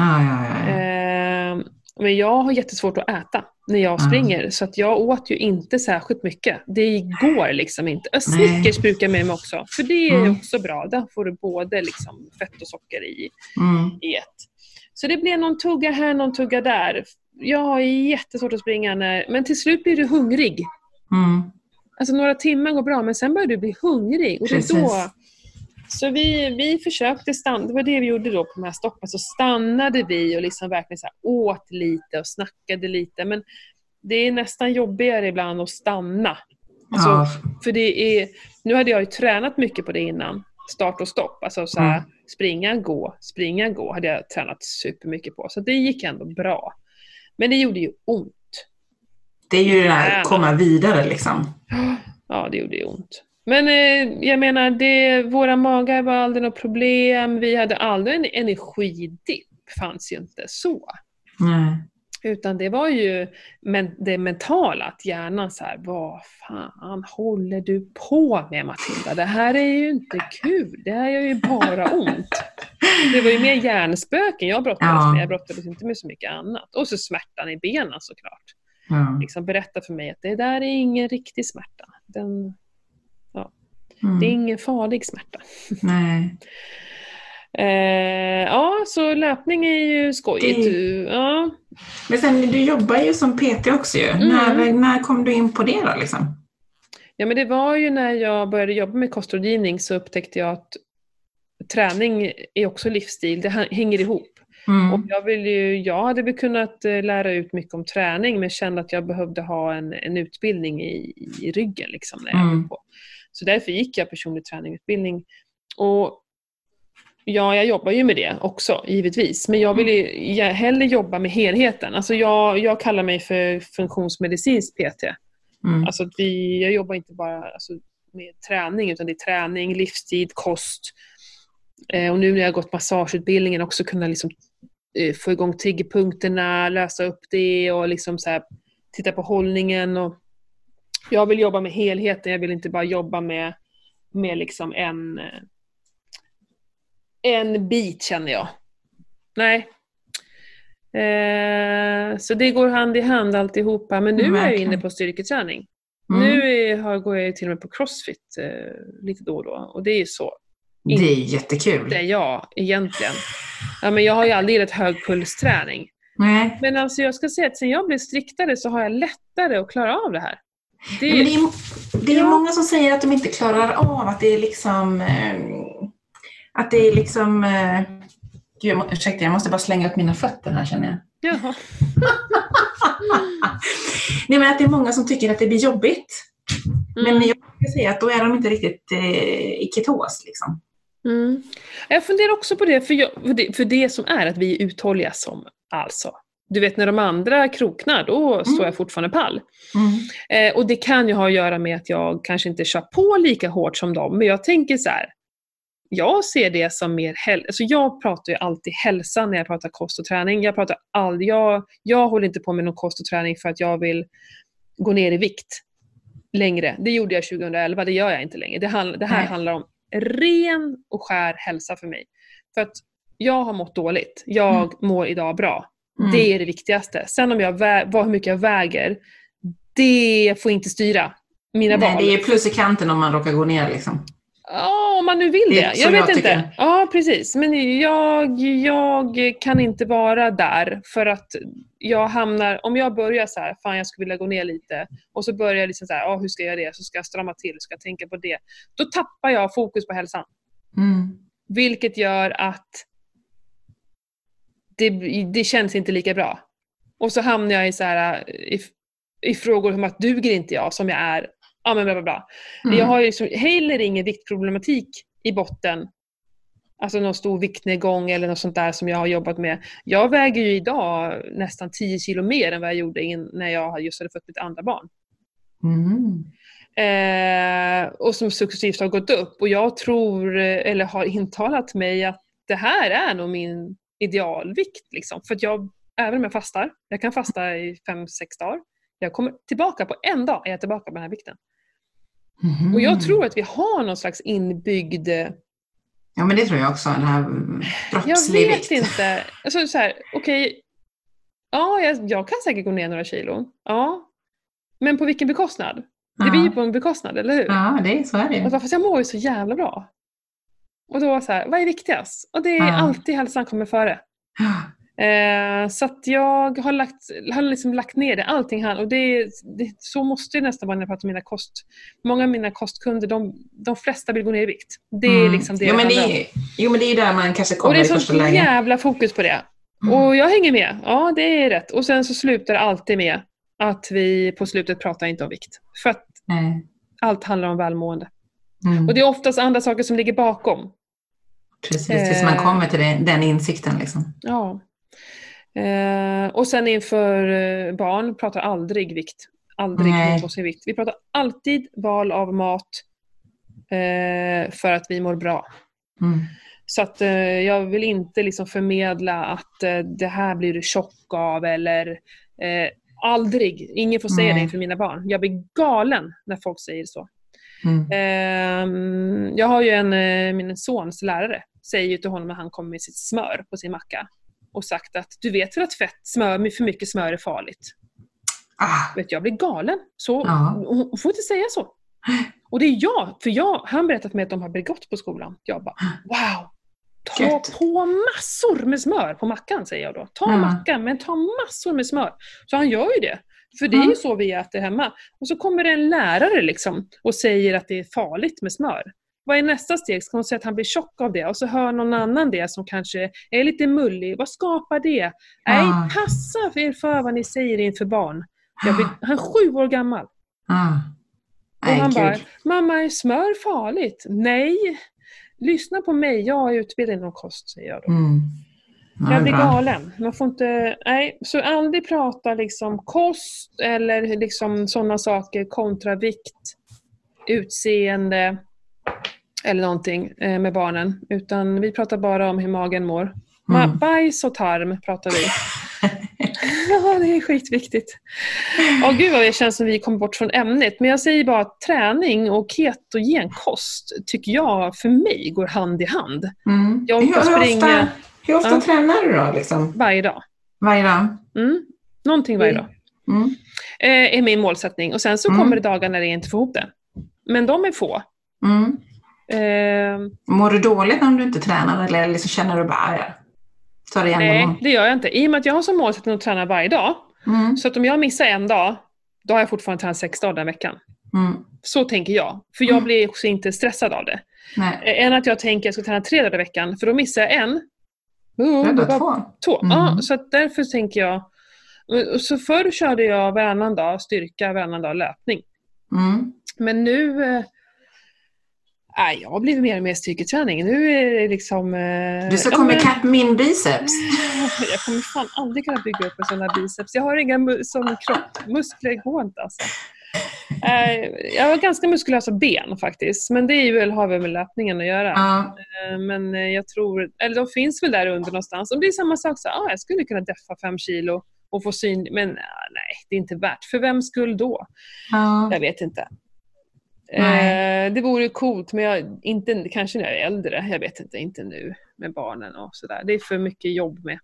Men jag har jättesvårt att äta när jag springer, så att jag åt ju inte särskilt mycket. Det går liksom inte. Snickers brukar jag med mig också, för det är också bra. Där får du både liksom fett och socker i ett. Så det blir någon tugga här, någon tugga där. Jag har jättesvårt att springa men till slut blir du hungrig. Alltså några timmar går bra, men sen börjar du bli hungrig. Och det är då. Så vi försökte stanna, det var det vi gjorde då på de här stoppen. Så stannade vi och liksom verkligen så här åt lite och snackade lite. Men det är nästan jobbigare ibland att stanna. Alltså, för det är, nu hade jag ju tränat mycket på det innan. Start och stopp, alltså så här, springa, gå hade jag tränat supermycket på. Så det gick ändå bra. Men det gjorde ju ont. Det är ju det där komma vidare liksom. Ja, det gjorde ju ont. Men jag menar, våra magar var aldrig något problem. Vi hade aldrig en energidipp. Fanns ju inte så. Utan det var ju det mentala, att hjärnan så här, vad fan håller du på med, Matilda? Det här är ju inte kul, det här gör ju bara ont. Det var ju mer hjärnspöken jag brottades med, jag brottades inte med så mycket annat. Och så smärtan i benen såklart. Liksom berätta för mig att det där är ingen riktig smärta. Det är ingen farlig smärta. Nej. Så löpning är ju skojigt. Men sen, du jobbar ju som PT också ju. När kom du in på det då liksom? Ja, men det var ju när jag började jobba med kostrådgivning, så upptäckte jag att träning är också livsstil. Det hänger ihop. Och jag hade väl kunnat lära ut mycket om träning, men kände att jag behövde ha en utbildning i ryggen liksom, när jag var på. Så därför gick jag personlig träningutbildning. Och jag jobbar ju med det också, givetvis. Men jag vill ju hellre jobba med helheten. Alltså jag kallar mig för funktionsmedicinsk PT. Alltså att jag jobbar inte bara med träning, utan det är träning, livstid, kost. Och nu när jag har gått massageutbildningen också kunna liksom, få igång triggerpunkterna, lösa upp det och liksom så här, titta på hållningen. Och jag vill jobba med helheten. Jag vill inte bara jobba med liksom en bit, känner jag. Nej. Så det går hand i hand alltihopa. Men nu är jag inne på styrketräning. Nu går jag till och med på CrossFit lite då och då. Och det är så. Det är jättekul. Det är jag egentligen. Ja, men jag har ju aldrig gillat högpulsträning. Nej. Men alltså jag ska säga att sen jag blev striktare så har jag lättare att klara av det här. Det är många som säger att de inte klarar av, att det är liksom Gud, ursäkta, jag måste bara slänga upp mina fötter här, känner jag. Jaha. Nej, men att det är många som tycker att det blir jobbigt. Men jag kan säga att då är de inte riktigt i ketos liksom. Jag funderar också på det, för det som är att vi är uthålliga som alltså. Du vet, när de andra kroknar, då står jag fortfarande pall. Och det kan ju ha att göra med att jag kanske inte kör på lika hårt som dem. Men jag tänker så här, jag ser det som mer alltså jag pratar ju alltid hälsa när jag pratar kost och träning. Jag håller inte på med någon kost och träning för att jag vill gå ner i vikt längre. Det gjorde jag 2011, det gör jag inte längre. Det här handlar om ren och skär hälsa för mig. För att jag har mått dåligt. Jag mår idag bra. Det är det viktigaste. Sen om hur mycket jag väger, det får inte styra mina val. Det är plus i kanten om man råkar gå ner liksom. Ja, om man nu vill det. Jag vet inte. Ja, precis. Men jag kan inte vara där för att jag hamnar, om jag börjar så här, fan jag skulle vilja gå ner lite och så börjar jag liksom så här, hur ska jag göra det? Så ska jag strama till, ska jag tänka på det. Då tappar jag fokus på hälsan. Vilket gör att det känns inte lika bra. Och så hamnar jag i så här i frågor som att duger inte jag som jag är. Ja, men bla bla bla. Jag har ju liksom heller ingen viktproblematik i botten. Alltså någon stor viktnedgång eller något sånt där som jag har jobbat med. Jag väger ju idag nästan 10 kilo mer än vad jag gjorde när jag just hade fått mitt andra barn. Och som successivt har gått upp. Och jag tror, eller har intalat mig att det här är nog min idealvikt. Liksom. För att även om jag fastar, jag kan fasta i 5-6 dagar. Jag kommer tillbaka på en dag, är jag tillbaka på den här vikten. Och jag tror att vi har någon slags inbyggd... Ja, men det tror jag också. Den här kroppslig jag vet vikt. Inte. Alltså så här, okej. Ja, jag kan säkert gå ner några kilo. Ja. Men på vilken bekostnad? Det blir ju på en bekostnad, eller hur? Ja, så är det. Fast jag mår ju så jävla bra. Och då så här, vad är viktigast? Och det är alltid hälsan kommer före. Så att jag har liksom lagt ner det, allting här. Och så måste det nästan vara när jag pratar om mina många av mina kostkunder, de flesta vill gå ner i vikt. Det är liksom det. Jo, men det är där man kanske kommer i första läget. Och det är så jävla fokus på det. Och jag hänger med. Ja, det är rätt. Och sen så slutar det alltid med att vi på slutet pratar inte om vikt. För att allt handlar om välmående. Och det är oftast andra saker som ligger bakom. Precis, tills man kommer till den insikten liksom. Ja. Och sen inför barn pratar aldrig vikt. Aldrig någonsin vikt. Vi pratar alltid val av mat för att vi mår bra. Så att jag vill inte liksom förmedla att det här blir du tjock av eller aldrig. Ingen får säga det inför mina barn. Jag blir galen när folk säger så. Jag har ju min sons lärare säger ju till honom när han kommer med sitt smör på sin macka och sagt att du vet väl att för mycket smör är farligt. Vet jag blir galen. Så hon får inte säga så. Och det är han berättat för mig att de har begått på skolan. Jag bara, wow. Ta på massor med smör på mackan, säger jag då. Ta mackan, men ta massor med smör. Så han gör ju det. För det är ju så vi äter hemma. Och så kommer det en lärare liksom och säger att det är farligt med smör. Vad är nästa steg? Ska hon säga att han blir tjock av det? Och så hör någon annan det som kanske är lite mullig. Vad skapar det? Nej, passa för vad ni säger inför barn. Han är 7 år gammal. Och han bara, mamma, är smör farligt? Nej, lyssna på mig. Jag är utbildad inom kost, säger jag då. Jag blir galen. Man får inte, så aldrig prata liksom kost eller liksom sådana saker kontra vikt, utseende eller någonting med barnen. Utan vi pratar bara om hur magen mår. Bajs och tarm pratar vi. Ja, det är skitviktigt. Gud vad det känns som vi kommer bort från ämnet. Men jag säger bara att träning och ketogen kost tycker jag för mig går hand i hand. Jag hur ofta tränar du då? Liksom? Varje dag. Varje dag? Någonting varje dag. Är min målsättning. Och sen så kommer det dagar när det inte får ihop det. Men de är få. Mår du dåligt om du inte tränar? Eller liksom känner du bara tar det igen? Nej, det gör jag inte. I och med att jag har som målsättning att träna varje dag. Så att om jag missar en dag, då har jag fortfarande tränat 6 dagar den veckan. Så tänker jag. För jag blir också inte stressad av det. Än att jag tänker att jag ska träna 3 dagar i veckan. För då missar jag en. Två. Ja, så att därför tänker jag. Så förr körde jag varannan dag styrka, varannan dag löpning. Men nu jag har blivit mer och mer styrketräning. Nu är det liksom du ska komma ikapp min biceps. Jag kommer fan aldrig kunna bygga upp en sån här biceps. Jag har inga sån kroppmuskler går inte alltså. Jag har ganska muskulösa ben faktiskt. Men det har väl med löpningen att göra. Men jag tror, eller de finns väl där under någonstans. Och det är samma sak så jag skulle kunna deffa 5 kilo och få syn. Men nej, det är inte värt. För vem skulle då? Jag vet inte. Det vore coolt, men inte kanske när jag är äldre. Jag vet inte nu med barnen och sådär. Det är för mycket jobb med.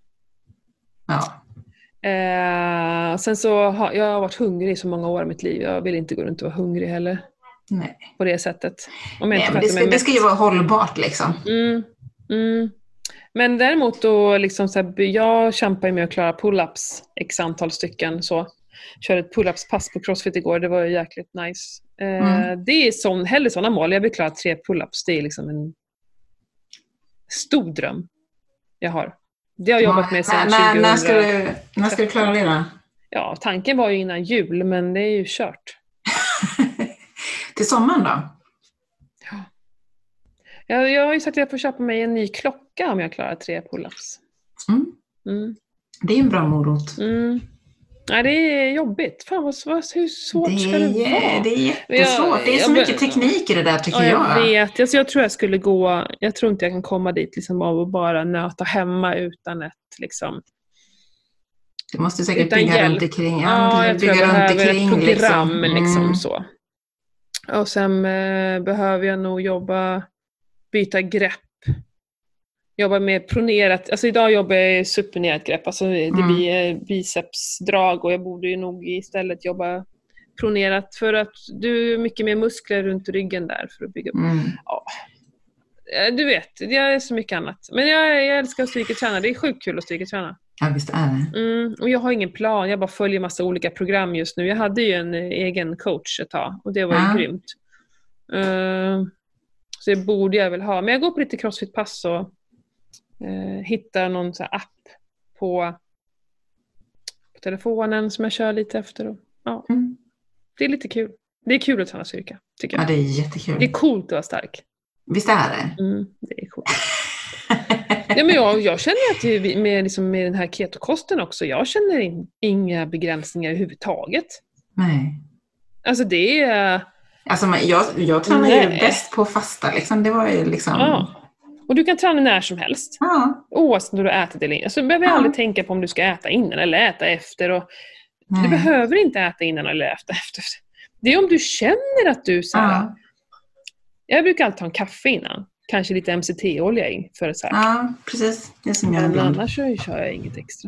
Sen så jag har varit hungrig i så många år i mitt liv. Jag vill inte gå runt och vara hungrig heller. Nej. på det sättet. Om jag Nej, inte men fattar mig det ska ju vara hållbart liksom. Mm. Men däremot då, liksom så här, jag kämpar ju med att klara pull-ups x antal stycken. Så körde ett pull-ups-pass på CrossFit igår, det var ju jäkligt nice. Det är hellre sådana mål. Jag vill klara 3 pull-ups, det är liksom en stor dröm jag har. Det har jag jobbat med sedan 2000. När ska du klara det då? Ja, tanken var ju innan jul, men det är ju kört. Till sommaren då? Jag har ju sagt att jag får köpa mig en ny klocka om jag klarar 3 pull-ups. Det är en bra morot. Nej, det är jobbigt. Fan, hur svårt ska det vara? Det är jättesvårt. Det är så mycket teknik i det där tycker jag. Jag vet. Alltså, jag tror jag skulle gå... Jag tror inte jag kan komma dit liksom, av att bara nöta hemma utan ett... Liksom, du måste säkert bygga runt omkring. Ja, jag tror jag behöver ett program. Liksom, så. Och sen behöver jag nog byta grepp. Jobba med pronerat, alltså idag jobbar jag supernerat grepp, alltså det blir bicepsdrag och jag borde ju nog istället jobba pronerat för att du är mycket mer muskler runt ryggen där för att bygga upp. Ja. Du vet, det är så mycket annat. Men jag älskar att styrketräna, det är sjukt kul att styrketräna. Ja, visst är det. Och jag har ingen plan, jag bara följer massa olika program just nu. Jag hade ju en egen coach ett tag och det var ju grymt. Så det borde jag väl ha. Men jag går på lite CrossFit-pass och hittar någon så här app på telefonen som jag kör lite efter. Och, ja. Det är lite kul. Det är kul att träna styrka, tycker jag. Ja, det är jättekul. Det är coolt att vara stark. Visst är det? Det är coolt. Ja, men jag känner att med den här ketokosten också, jag känner inga begränsningar överhuvudtaget. Nej. Alltså det är... Alltså jag tränar ju bäst på fasta liksom. Det var ju liksom... Ja. Och du kan träna när som helst. Ja. Oavsett om du har ätit eller inte. Så du behöver aldrig tänka på om du ska äta innan eller äta efter. Och du behöver inte äta innan eller efter. Det är om du känner att du så här... Jag brukar alltid ta en kaffe innan. Kanske lite MCT-olja in för så här. Ja, precis. Det som jag men annars så kör jag inget extra.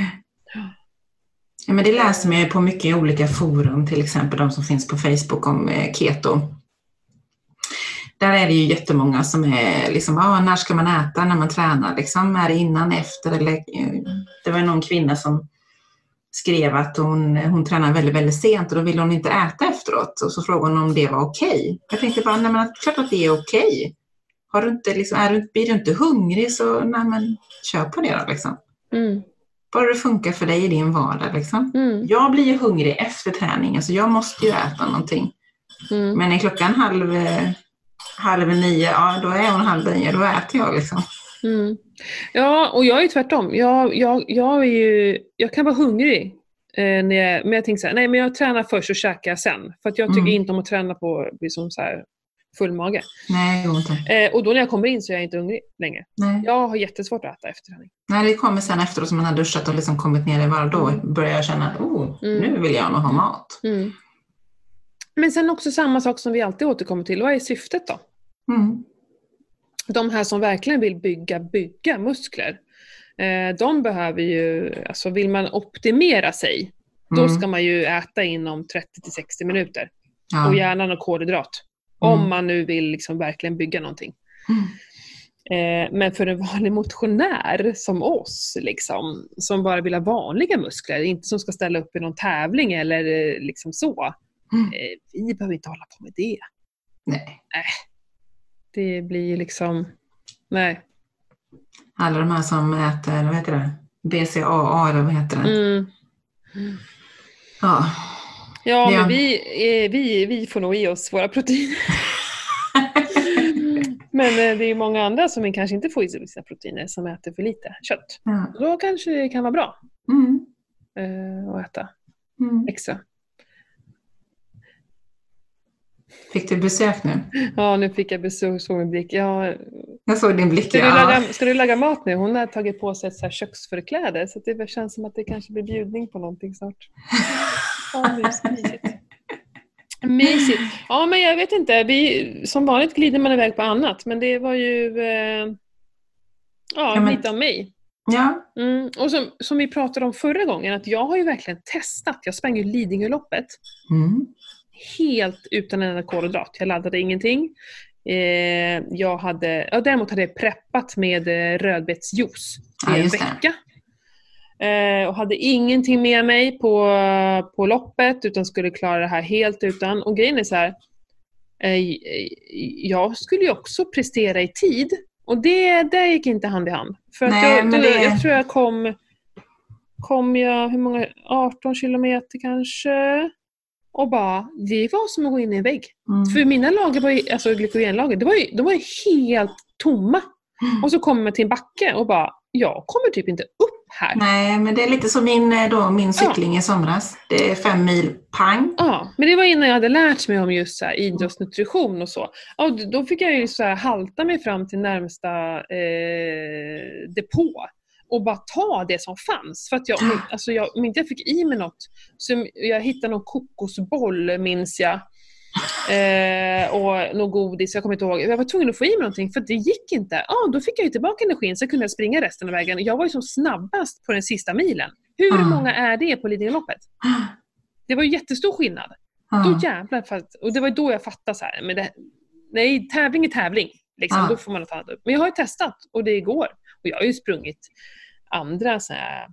Ja, men det läser man ju på mycket olika forum, till exempel de som finns på Facebook om keto. Där är det ju jättemånga som är liksom, när ska man äta när man tränar? Liksom, är det innan, efter? Eller, det var någon kvinna som skrev att hon tränar väldigt, väldigt sent och då vill hon inte äta efteråt. Och så frågade hon om det var okej. Jag tänkte bara, nej men klart att det är okej. Har du inte, liksom, blir du inte hungrig så nej, men kör på det då liksom. Bara det funkar för dig i din vardag liksom. Jag blir ju hungrig efter träningen så jag måste ju äta någonting. Men är klockan halv 9, då är hon 8:30, då äter jag liksom. Ja, och jag är ju tvärtom. Jag kan vara hungrig men jag tänker så här, nej men jag tränar först och käkar sen. För att jag tycker inte om att träna på liksom så här full mage. Nej, inte. Och då när jag kommer in så är jag inte hungrig längre. Nej. Jag har jättesvårt att äta efter träning. Nej, det kommer sen efteråt som man har duschat och liksom kommit ner i varv. Då börjar jag känna att nu vill jag nog ha mat. Men sen också samma sak som vi alltid återkommer till. Vad är syftet då? De här som verkligen vill bygga muskler. De behöver ju, alltså vill man optimera sig, då ska man ju äta inom 30-60 minuter. Och gärna någon kolhydrat. Om man nu vill liksom verkligen bygga någonting. Men för en vanlig motionär som oss, liksom, som bara vill ha vanliga muskler, inte som ska ställa upp i någon tävling eller liksom så. Vi behöver inte hålla på med det. Nej. Det blir liksom... Nej. Alla de här som äter, vad heter det? BCAA eller vad heter det? Ja, men vi får nog i oss våra proteiner. Men det är många andra som kanske inte får i sig sina proteiner som äter för lite kött. Då kanske det kan vara bra att äta extra. Fick du besök nu? Ja, nu fick jag besök, såg min blick. Jag såg din blick, Ska du laga mat nu? Hon har tagit på sig ett så här köksförkläde, så det känns som att det kanske blir bjudning på någonting snart. Ja, mysigt. Ja, men jag vet inte. Som vanligt glider man iväg på annat, men det var ju lite av mig. Ja. Och som vi pratade om förra gången, att jag har ju verkligen testat. Jag sprang ju Lidingöloppet. helt utan en enda kolhydrat. Jag laddade ingenting. Däremot hade jag preppat med rödbetsjuice i en vecka. Och hade ingenting med mig på loppet, utan skulle klara det här helt utan. Och grejen är så här, jag skulle ju också prestera i tid. Och det gick inte hand i hand. För att jag tror jag kom jag, hur många, 18 kilometer kanske. Och bara, det var som att gå in i en vägg. För mina lager var ju, alltså glykogenlager, de var ju helt tomma. Och så kommer jag till en backe och bara, jag kommer typ inte upp här. Nej, men det är lite som min cykling i somras. Det är 5 mil pang. Ja, men det var innan jag hade lärt mig om just så här idrottsnutrition och så. Och då fick jag ju så här halta mig fram till närmsta depå. Och bara ta det som fanns. För att om inte jag fick i mig något. Så jag hittade någon kokosboll, minns jag. Och någon godis, jag kommer inte ihåg. Jag var tvungen att få i mig någonting, för det gick inte. Då fick jag ju tillbaka energin, så kunde jag springa resten av vägen. Jag var ju som snabbast på den sista milen. Hur många är det på Lidingöloppet? Det var ju jättestor skillnad. Då jävlar, och det var ju då jag fattade så här. Men nej, tävling är tävling. Liksom, då får man ta det upp. Men jag har ju testat, och det går. Och jag har ju sprungit andra så här,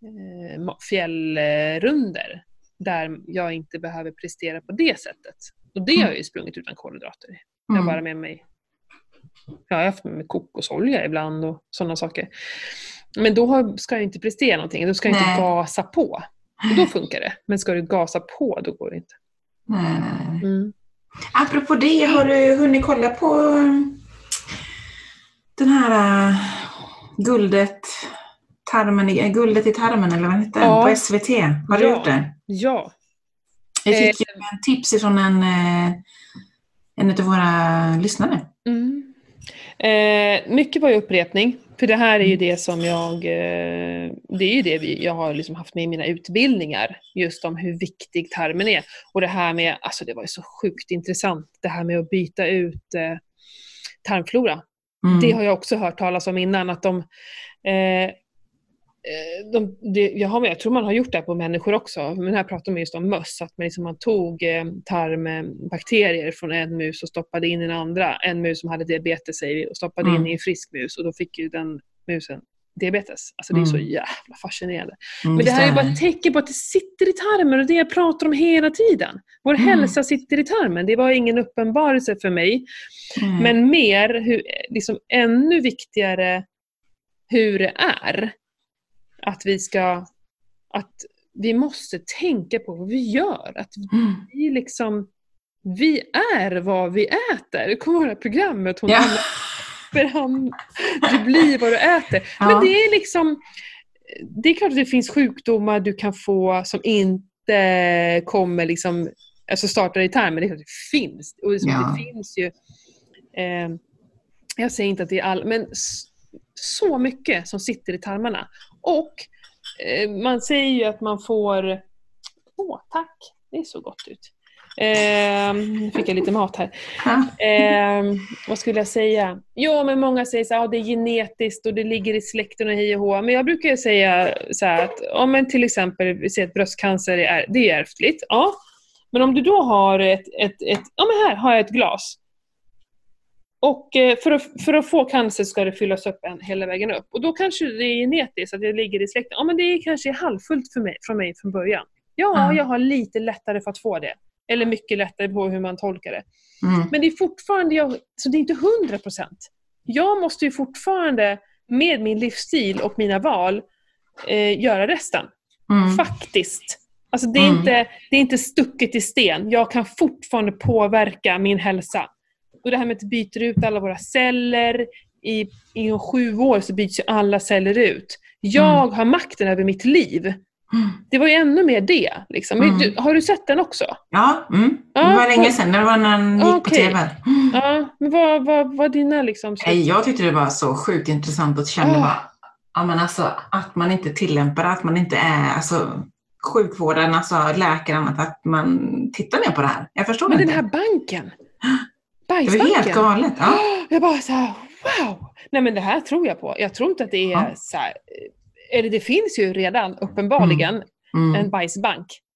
fjällrunder där jag inte behöver prestera på det sättet. Och det har jag ju sprungit utan kolhydrater. Jag har bara med mig, jag har haft med mig kokosolja ibland och sådana saker. Men då ska jag inte prestera någonting. Då ska jag inte gasa på. Och då funkar det. Men ska du gasa på, då går det inte. Nej. Apropå det, har du hunnit kolla på den här guldet i tarmen, eller vad heter den, på SVT? Har du gjort det? Ja. Jag fick ju en tips från en av våra lyssnare. Mycket var ju upprepning. För det här är ju det som det är ju det jag har liksom haft med i mina utbildningar. Just om hur viktig tarmen är. Och det här med, alltså det var ju så sjukt intressant. Det här med att byta ut tarmflora. Det har jag också hört talas om innan. Att jag tror man har gjort det på människor också. Men här pratar man just om möss. Att man tog tarmbakterier från en mus och stoppade in i den andra. En mus som hade diabetes, säger vi, och stoppade in i en frisk mus. Och då fick ju den musen diabetes. Alltså det är så jävla fascinerande. Men det här är ju bara ett tecken på att det sitter i tarmen. Och det jag pratar om hela tiden. Vår hälsa sitter i tarmen. Det var ingen uppenbarelse för mig. Men mer, liksom ännu viktigare hur det är. Att vi måste tänka på vad vi gör. Att vi är vad vi äter. Det kommer vara programmet. Du blir vad du äter. Ja. Men det är liksom, det är klart att det finns sjukdomar du kan få som inte kommer liksom, alltså startar i tarmen. Det är klart att det finns. Och det finns ju, jag säger inte att det är men så mycket som sitter i tarmarna. Och man säger ju att man får... tack. Det är så gott ut. Nu fick jag lite mat här. Vad skulle jag säga? Jo, men många säger så här, det är genetiskt och det ligger i släkten och hej och hå. Men jag brukar säga så här att men till exempel, vi säger att bröstcancer det är ärftligt. Ja. Men om du då har men här har jag ett glas. Och för att få cancer ska det fyllas upp hela vägen upp. Och då kanske det är genetiskt att det ligger i släkten. Ja, men det kanske är halvfullt från mig från början. Ja, jag har lite lättare för att få det. Eller mycket lättare på hur man tolkar det. Men det är fortfarande, så det är inte 100%. Jag måste ju fortfarande med min livsstil och mina val göra resten. Faktiskt. Alltså det är inte stucket i sten. Jag kan fortfarande påverka min hälsa. Och det här med att byta ut alla våra celler. Inom 7 år så byts ju alla celler ut. Jag har makten över mitt liv. Det var ju ännu mer det. Liksom. Har du sett den också? Ja, det var länge sedan. Det var när den gick på tv. Ja, men vad dina liksom? Jag tyckte det var så sjukt intressant att känna att man inte tillämpar, att man inte är sjukvården, läkaren, att man tittar ner på det här. Jag förstår inte. Men den här banken. Det var helt galet. Ja. Jag bara så här, wow. Nej, men det här tror jag på. Jag tror inte att det är så här, eller det finns ju redan uppenbarligen en bajsbank.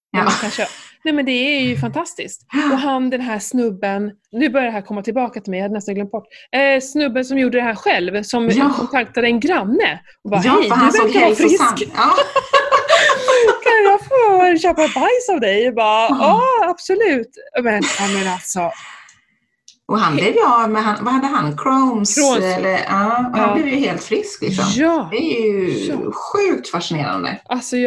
Men Ja. man kan köpa. Nej men det är ju fantastiskt. Och han, den här snubben, nu börjar det här komma tillbaka till mig, jag hade nästan glömt bort. Snubben som gjorde det här själv, som Ja. kontaktade en granne och bara, Ja, hej, för du han såg verkar vara hälsosam. frisk. Ja. Kan jag få köpa bajs av dig? Jag bara, ja absolut. Men alltså. Och han blev ju av med, vad hade han? Crohns? Crohns. Eller, ja, och han blev ju helt frisk liksom. Ja. Det är ju sjukt fascinerande. Alltså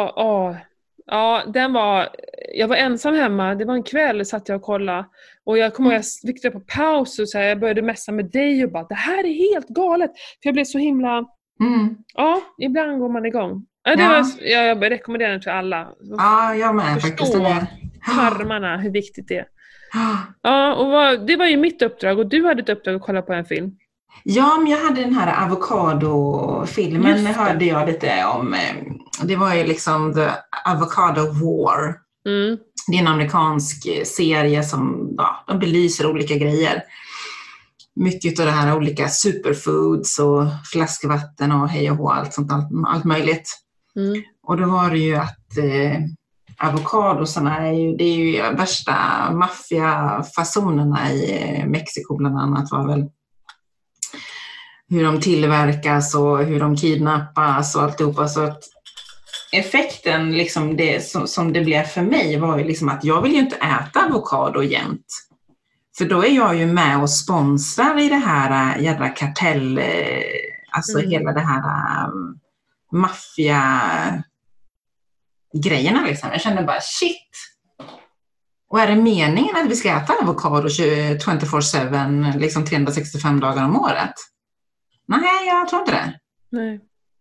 jag var ensam hemma, det var en kväll satt jag och kollade och jag kommer ihåg jag fick det på paus och så här, jag började messa med dig och bara, det här är helt galet, för jag blev så himla, ibland går man igång. Jag rekommenderar det till alla. Ja, jag med faktiskt. Förstå tarmarna, hur viktigt det är. Ja, och det var ju mitt uppdrag och du hade ett uppdrag att kolla på en film. Ja, men jag hade den här avokado-filmen, hörde jag lite om. Det var ju liksom The Avocado War. Det är en amerikansk serie som de belyser olika grejer. Mycket av det här olika superfoods och flaskvatten och hej och hå, allt möjligt. Och då var det ju att avokadosarna det är ju värsta maffiafasonerna i Mexiko bland annat, var väl hur de tillverkas och hur de kidnappas och alltihopa. Så att effekten liksom som det blev för mig var ju liksom att jag vill ju inte äta avokado jämt. För då är jag ju med och sponsrar i det här jädra kartell, alltså hela det här maffia grejerna liksom. Jag kände bara shit. Och är det meningen att vi ska äta avokado 24/7 liksom 365 dagar om året? Nej, jag tror inte det. Nej.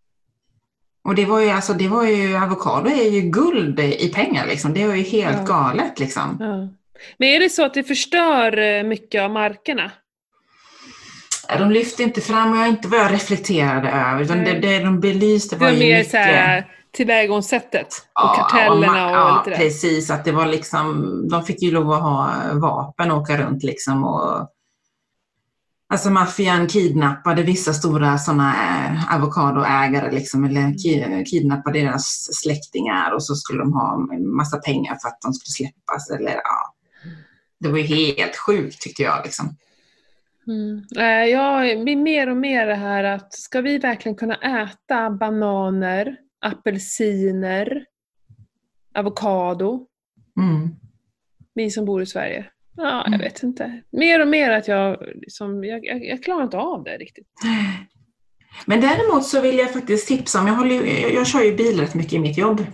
Och det var ju avokado är ju guld i pengar liksom. Det var ju helt galet liksom. Ja. Men är det så att det förstör mycket av markerna? De lyfte inte fram och inte vad jag reflekterade över. Utan det de belyste var ju mer mycket... så här tillvägagångssättet och kartellerna och lite där. Precis. Att det var liksom... De fick ju lov att ha vapen och åka runt liksom. Och, alltså maffian kidnappade vissa stora sådana avokadoägare liksom. Eller kidnappade deras släktingar. Och så skulle de ha en massa pengar för att de skulle släppas. Eller det var ju helt sjukt tyckte jag liksom. Jag blir mer och mer det här att ska vi verkligen kunna äta bananer, apelsiner, avokado, vi som bor i Sverige? Ja, jag vet inte. Mer och mer att jag klarar inte av det riktigt. Men däremot så vill jag faktiskt tipsa om, jag kör ju bil rätt mycket i mitt jobb.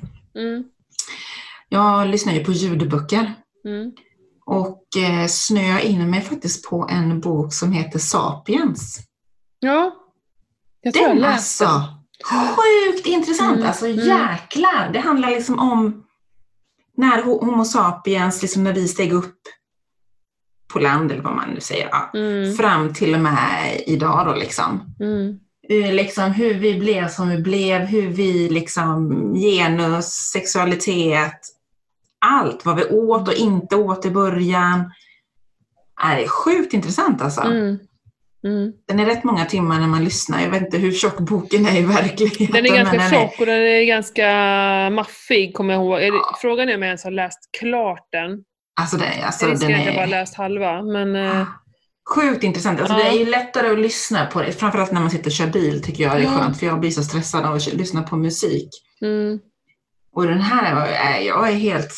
Jag lyssnar ju på ljudböcker. Och snöar in mig faktiskt på en bok som heter Sapiens. Ja, jag tror jag läste. Den sjukt intressant. Alltså jäklar. Det handlar liksom om när Homo sapiens, liksom när vi steg upp på land eller vad man nu säger. Fram till och med idag då liksom. Liksom hur vi blev som vi blev. Hur vi liksom genus, sexualitet. Allt vad vi åt och inte åt i början. Det är sjukt intressant alltså. Den är rätt många timmar när man lyssnar. Jag vet inte hur tjock boken är i verkligheten. Den är ganska tjock och den är ganska maffig, kommer jag ihåg. Frågan är om jag ens har läst klart den. Alltså den är... Jag bara läst halva. Men... Sjukt intressant. Alltså det är ju lättare att lyssna på det. Framförallt när man sitter och kör bil tycker jag det är skönt. För jag blir så stressad av att lyssna på musik. Och den här jag är helt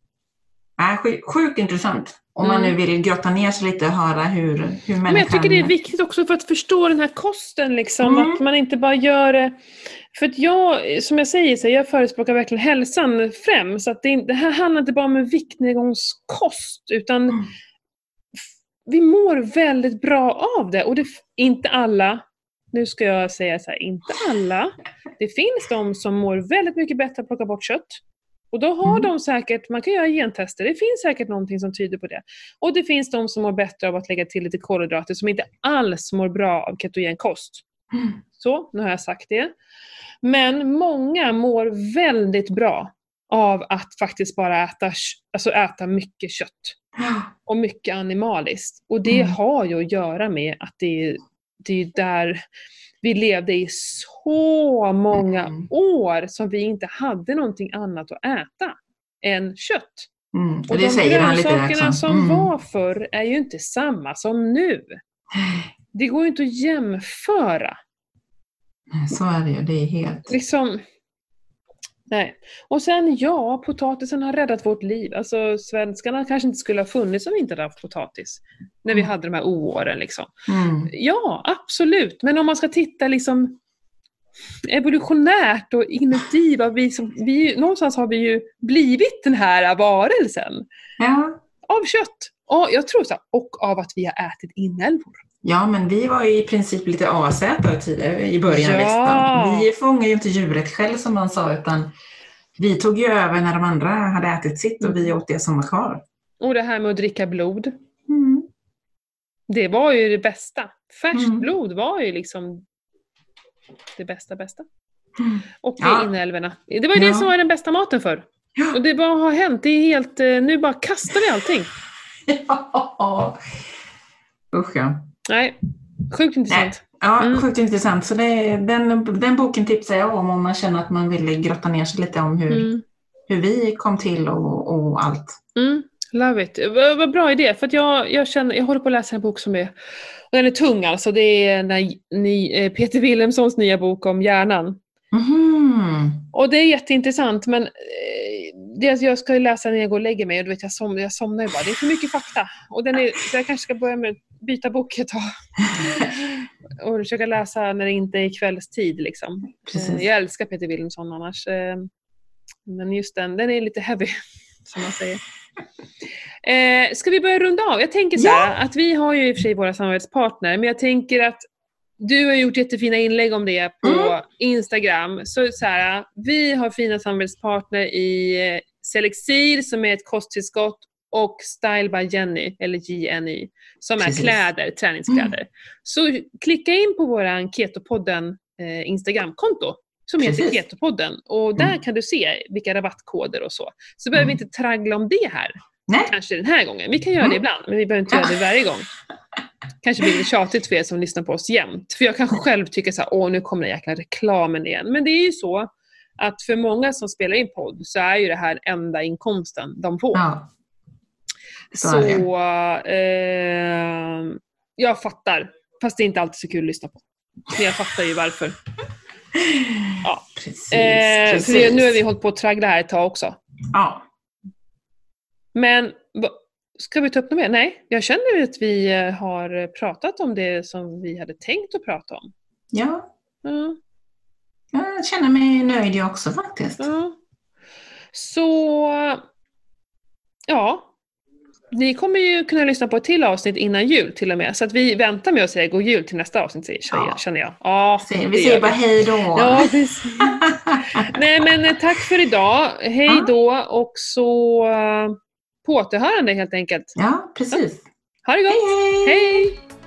sjukt intressant. Om man nu vill grotta ner sig lite och höra hur människan... Men jag tycker det är viktigt också för att förstå den här kosten liksom. Att man inte bara gör det... För att jag, som jag säger, så jag förespråkar verkligen hälsan främst. Att det här handlar inte bara om en viktnedgångskost. Utan vi mår väldigt bra av det. Och det inte alla... Nu ska jag säga så här, inte alla. Det finns de som mår väldigt mycket bättre att plocka bort kött. Och då har de säkert, man kan göra gentester, det finns säkert någonting som tyder på det. Och det finns de som mår bättre av att lägga till lite kolhydrater som inte alls mår bra av ketogen kost. Så, nu har jag sagt det. Men många mår väldigt bra av att faktiskt bara äta mycket kött. Och mycket animaliskt. Och det har ju att göra med att det är där vi levde i så många år som vi inte hade någonting annat att äta. än kött. Och Och det de säger han lite grönsakerna också. som var förr är ju inte samma som nu. Det går ju inte att jämföra. Så är det ju, det är helt... Liksom, nej. Och sen potatisen har räddat vårt liv. Alltså svenskarna kanske inte skulle ha funnits om vi inte hade haft potatis. När vi hade de här åren liksom. Ja, absolut. Men om man ska titta liksom evolutionärt och inuti någonstans har vi ju blivit den här varelsen. Ja. Av kött. Och jag tror så, och av att vi har ätit inälvor. Ja, men vi var ju i princip lite asätare tidigare i början. Ja. Vi fångade ju inte djuret själv som man sa, utan vi tog ju över när de andra hade ätit sitt och vi åt det som var kvar. Och det här med att dricka blod. Det var ju det bästa. Färskt blod var ju liksom det bästa. Och inälvorna. Det var ju det som var den bästa maten för. Och det bara har hänt. Det är helt... Nu bara kastar vi allting. Ja. Usch ja. Nej, sjukt intressant. Ja, sjukt intressant. Så den boken tipsar jag om man känner att man vill grotta ner sig lite om hur vi kom till och allt. Love it. Vad bra idé. För att jag håller på att läsa en bok som är... Och den är tung alltså. Det är Peter Wilhelmssons nya bok om hjärnan. Och det är jätteintressant, men jag ska läsa när jag går och lägger mig och du vet, jag somnar ju bara. Det är för mycket fakta. Och så jag kanske ska börja med byta bok ett tag. Och försöka läsa när det inte är kvällstid liksom. Jag älskar Peter Wilhelmsson annars. Men just den är lite heavy, som man säger. Ska vi börja runda av? Jag tänker så här, att vi har ju i och för sig våra samarbetspartner, men jag tänker att du har gjort jättefina inlägg om det på Instagram. Så här, vi har fina samarbetspartner i Selexir som är ett kosttillskott och Style by Jenny, eller JNY, som är kläder, träningskläder. Så klicka in på våran Ketopodden Instagram-konto som heter Ketopodden. Och där kan du se vilka rabattkoder och så. Så behöver vi inte traggla om det här. Nej. Kanske den här gången. Vi kan göra det ibland, men vi behöver inte göra det varje gång. Kanske blir det tjatigt för er som lyssnar på oss jämt. För jag kanske själv tycker så här, nu kommer den jäkla reklamen igen. Men det är ju så att för många som spelar in podd så är ju det här enda inkomsten de får. Ja. Så jag fattar. Fast det är inte alltid så kul att lyssna på. Men jag fattar ju varför. Ja. Precis. För nu har vi hållit på att traggla här ett tag också. Ja. Men ska vi ta upp något mer? Nej, jag känner att vi har pratat om det som vi hade tänkt att prata om. Ja. Jag känner mig nöjd jag också faktiskt. Så ni kommer ju kunna lyssna på ett till avsnitt innan jul till och med. Så att vi väntar med att säga god jul till nästa avsnitt, känner jag. Ja, vi säger bara hej då. Ja, precis. Nej, men tack för idag. Hej då och så på återhörande helt enkelt. Ja, precis. Ha det gott. Hej!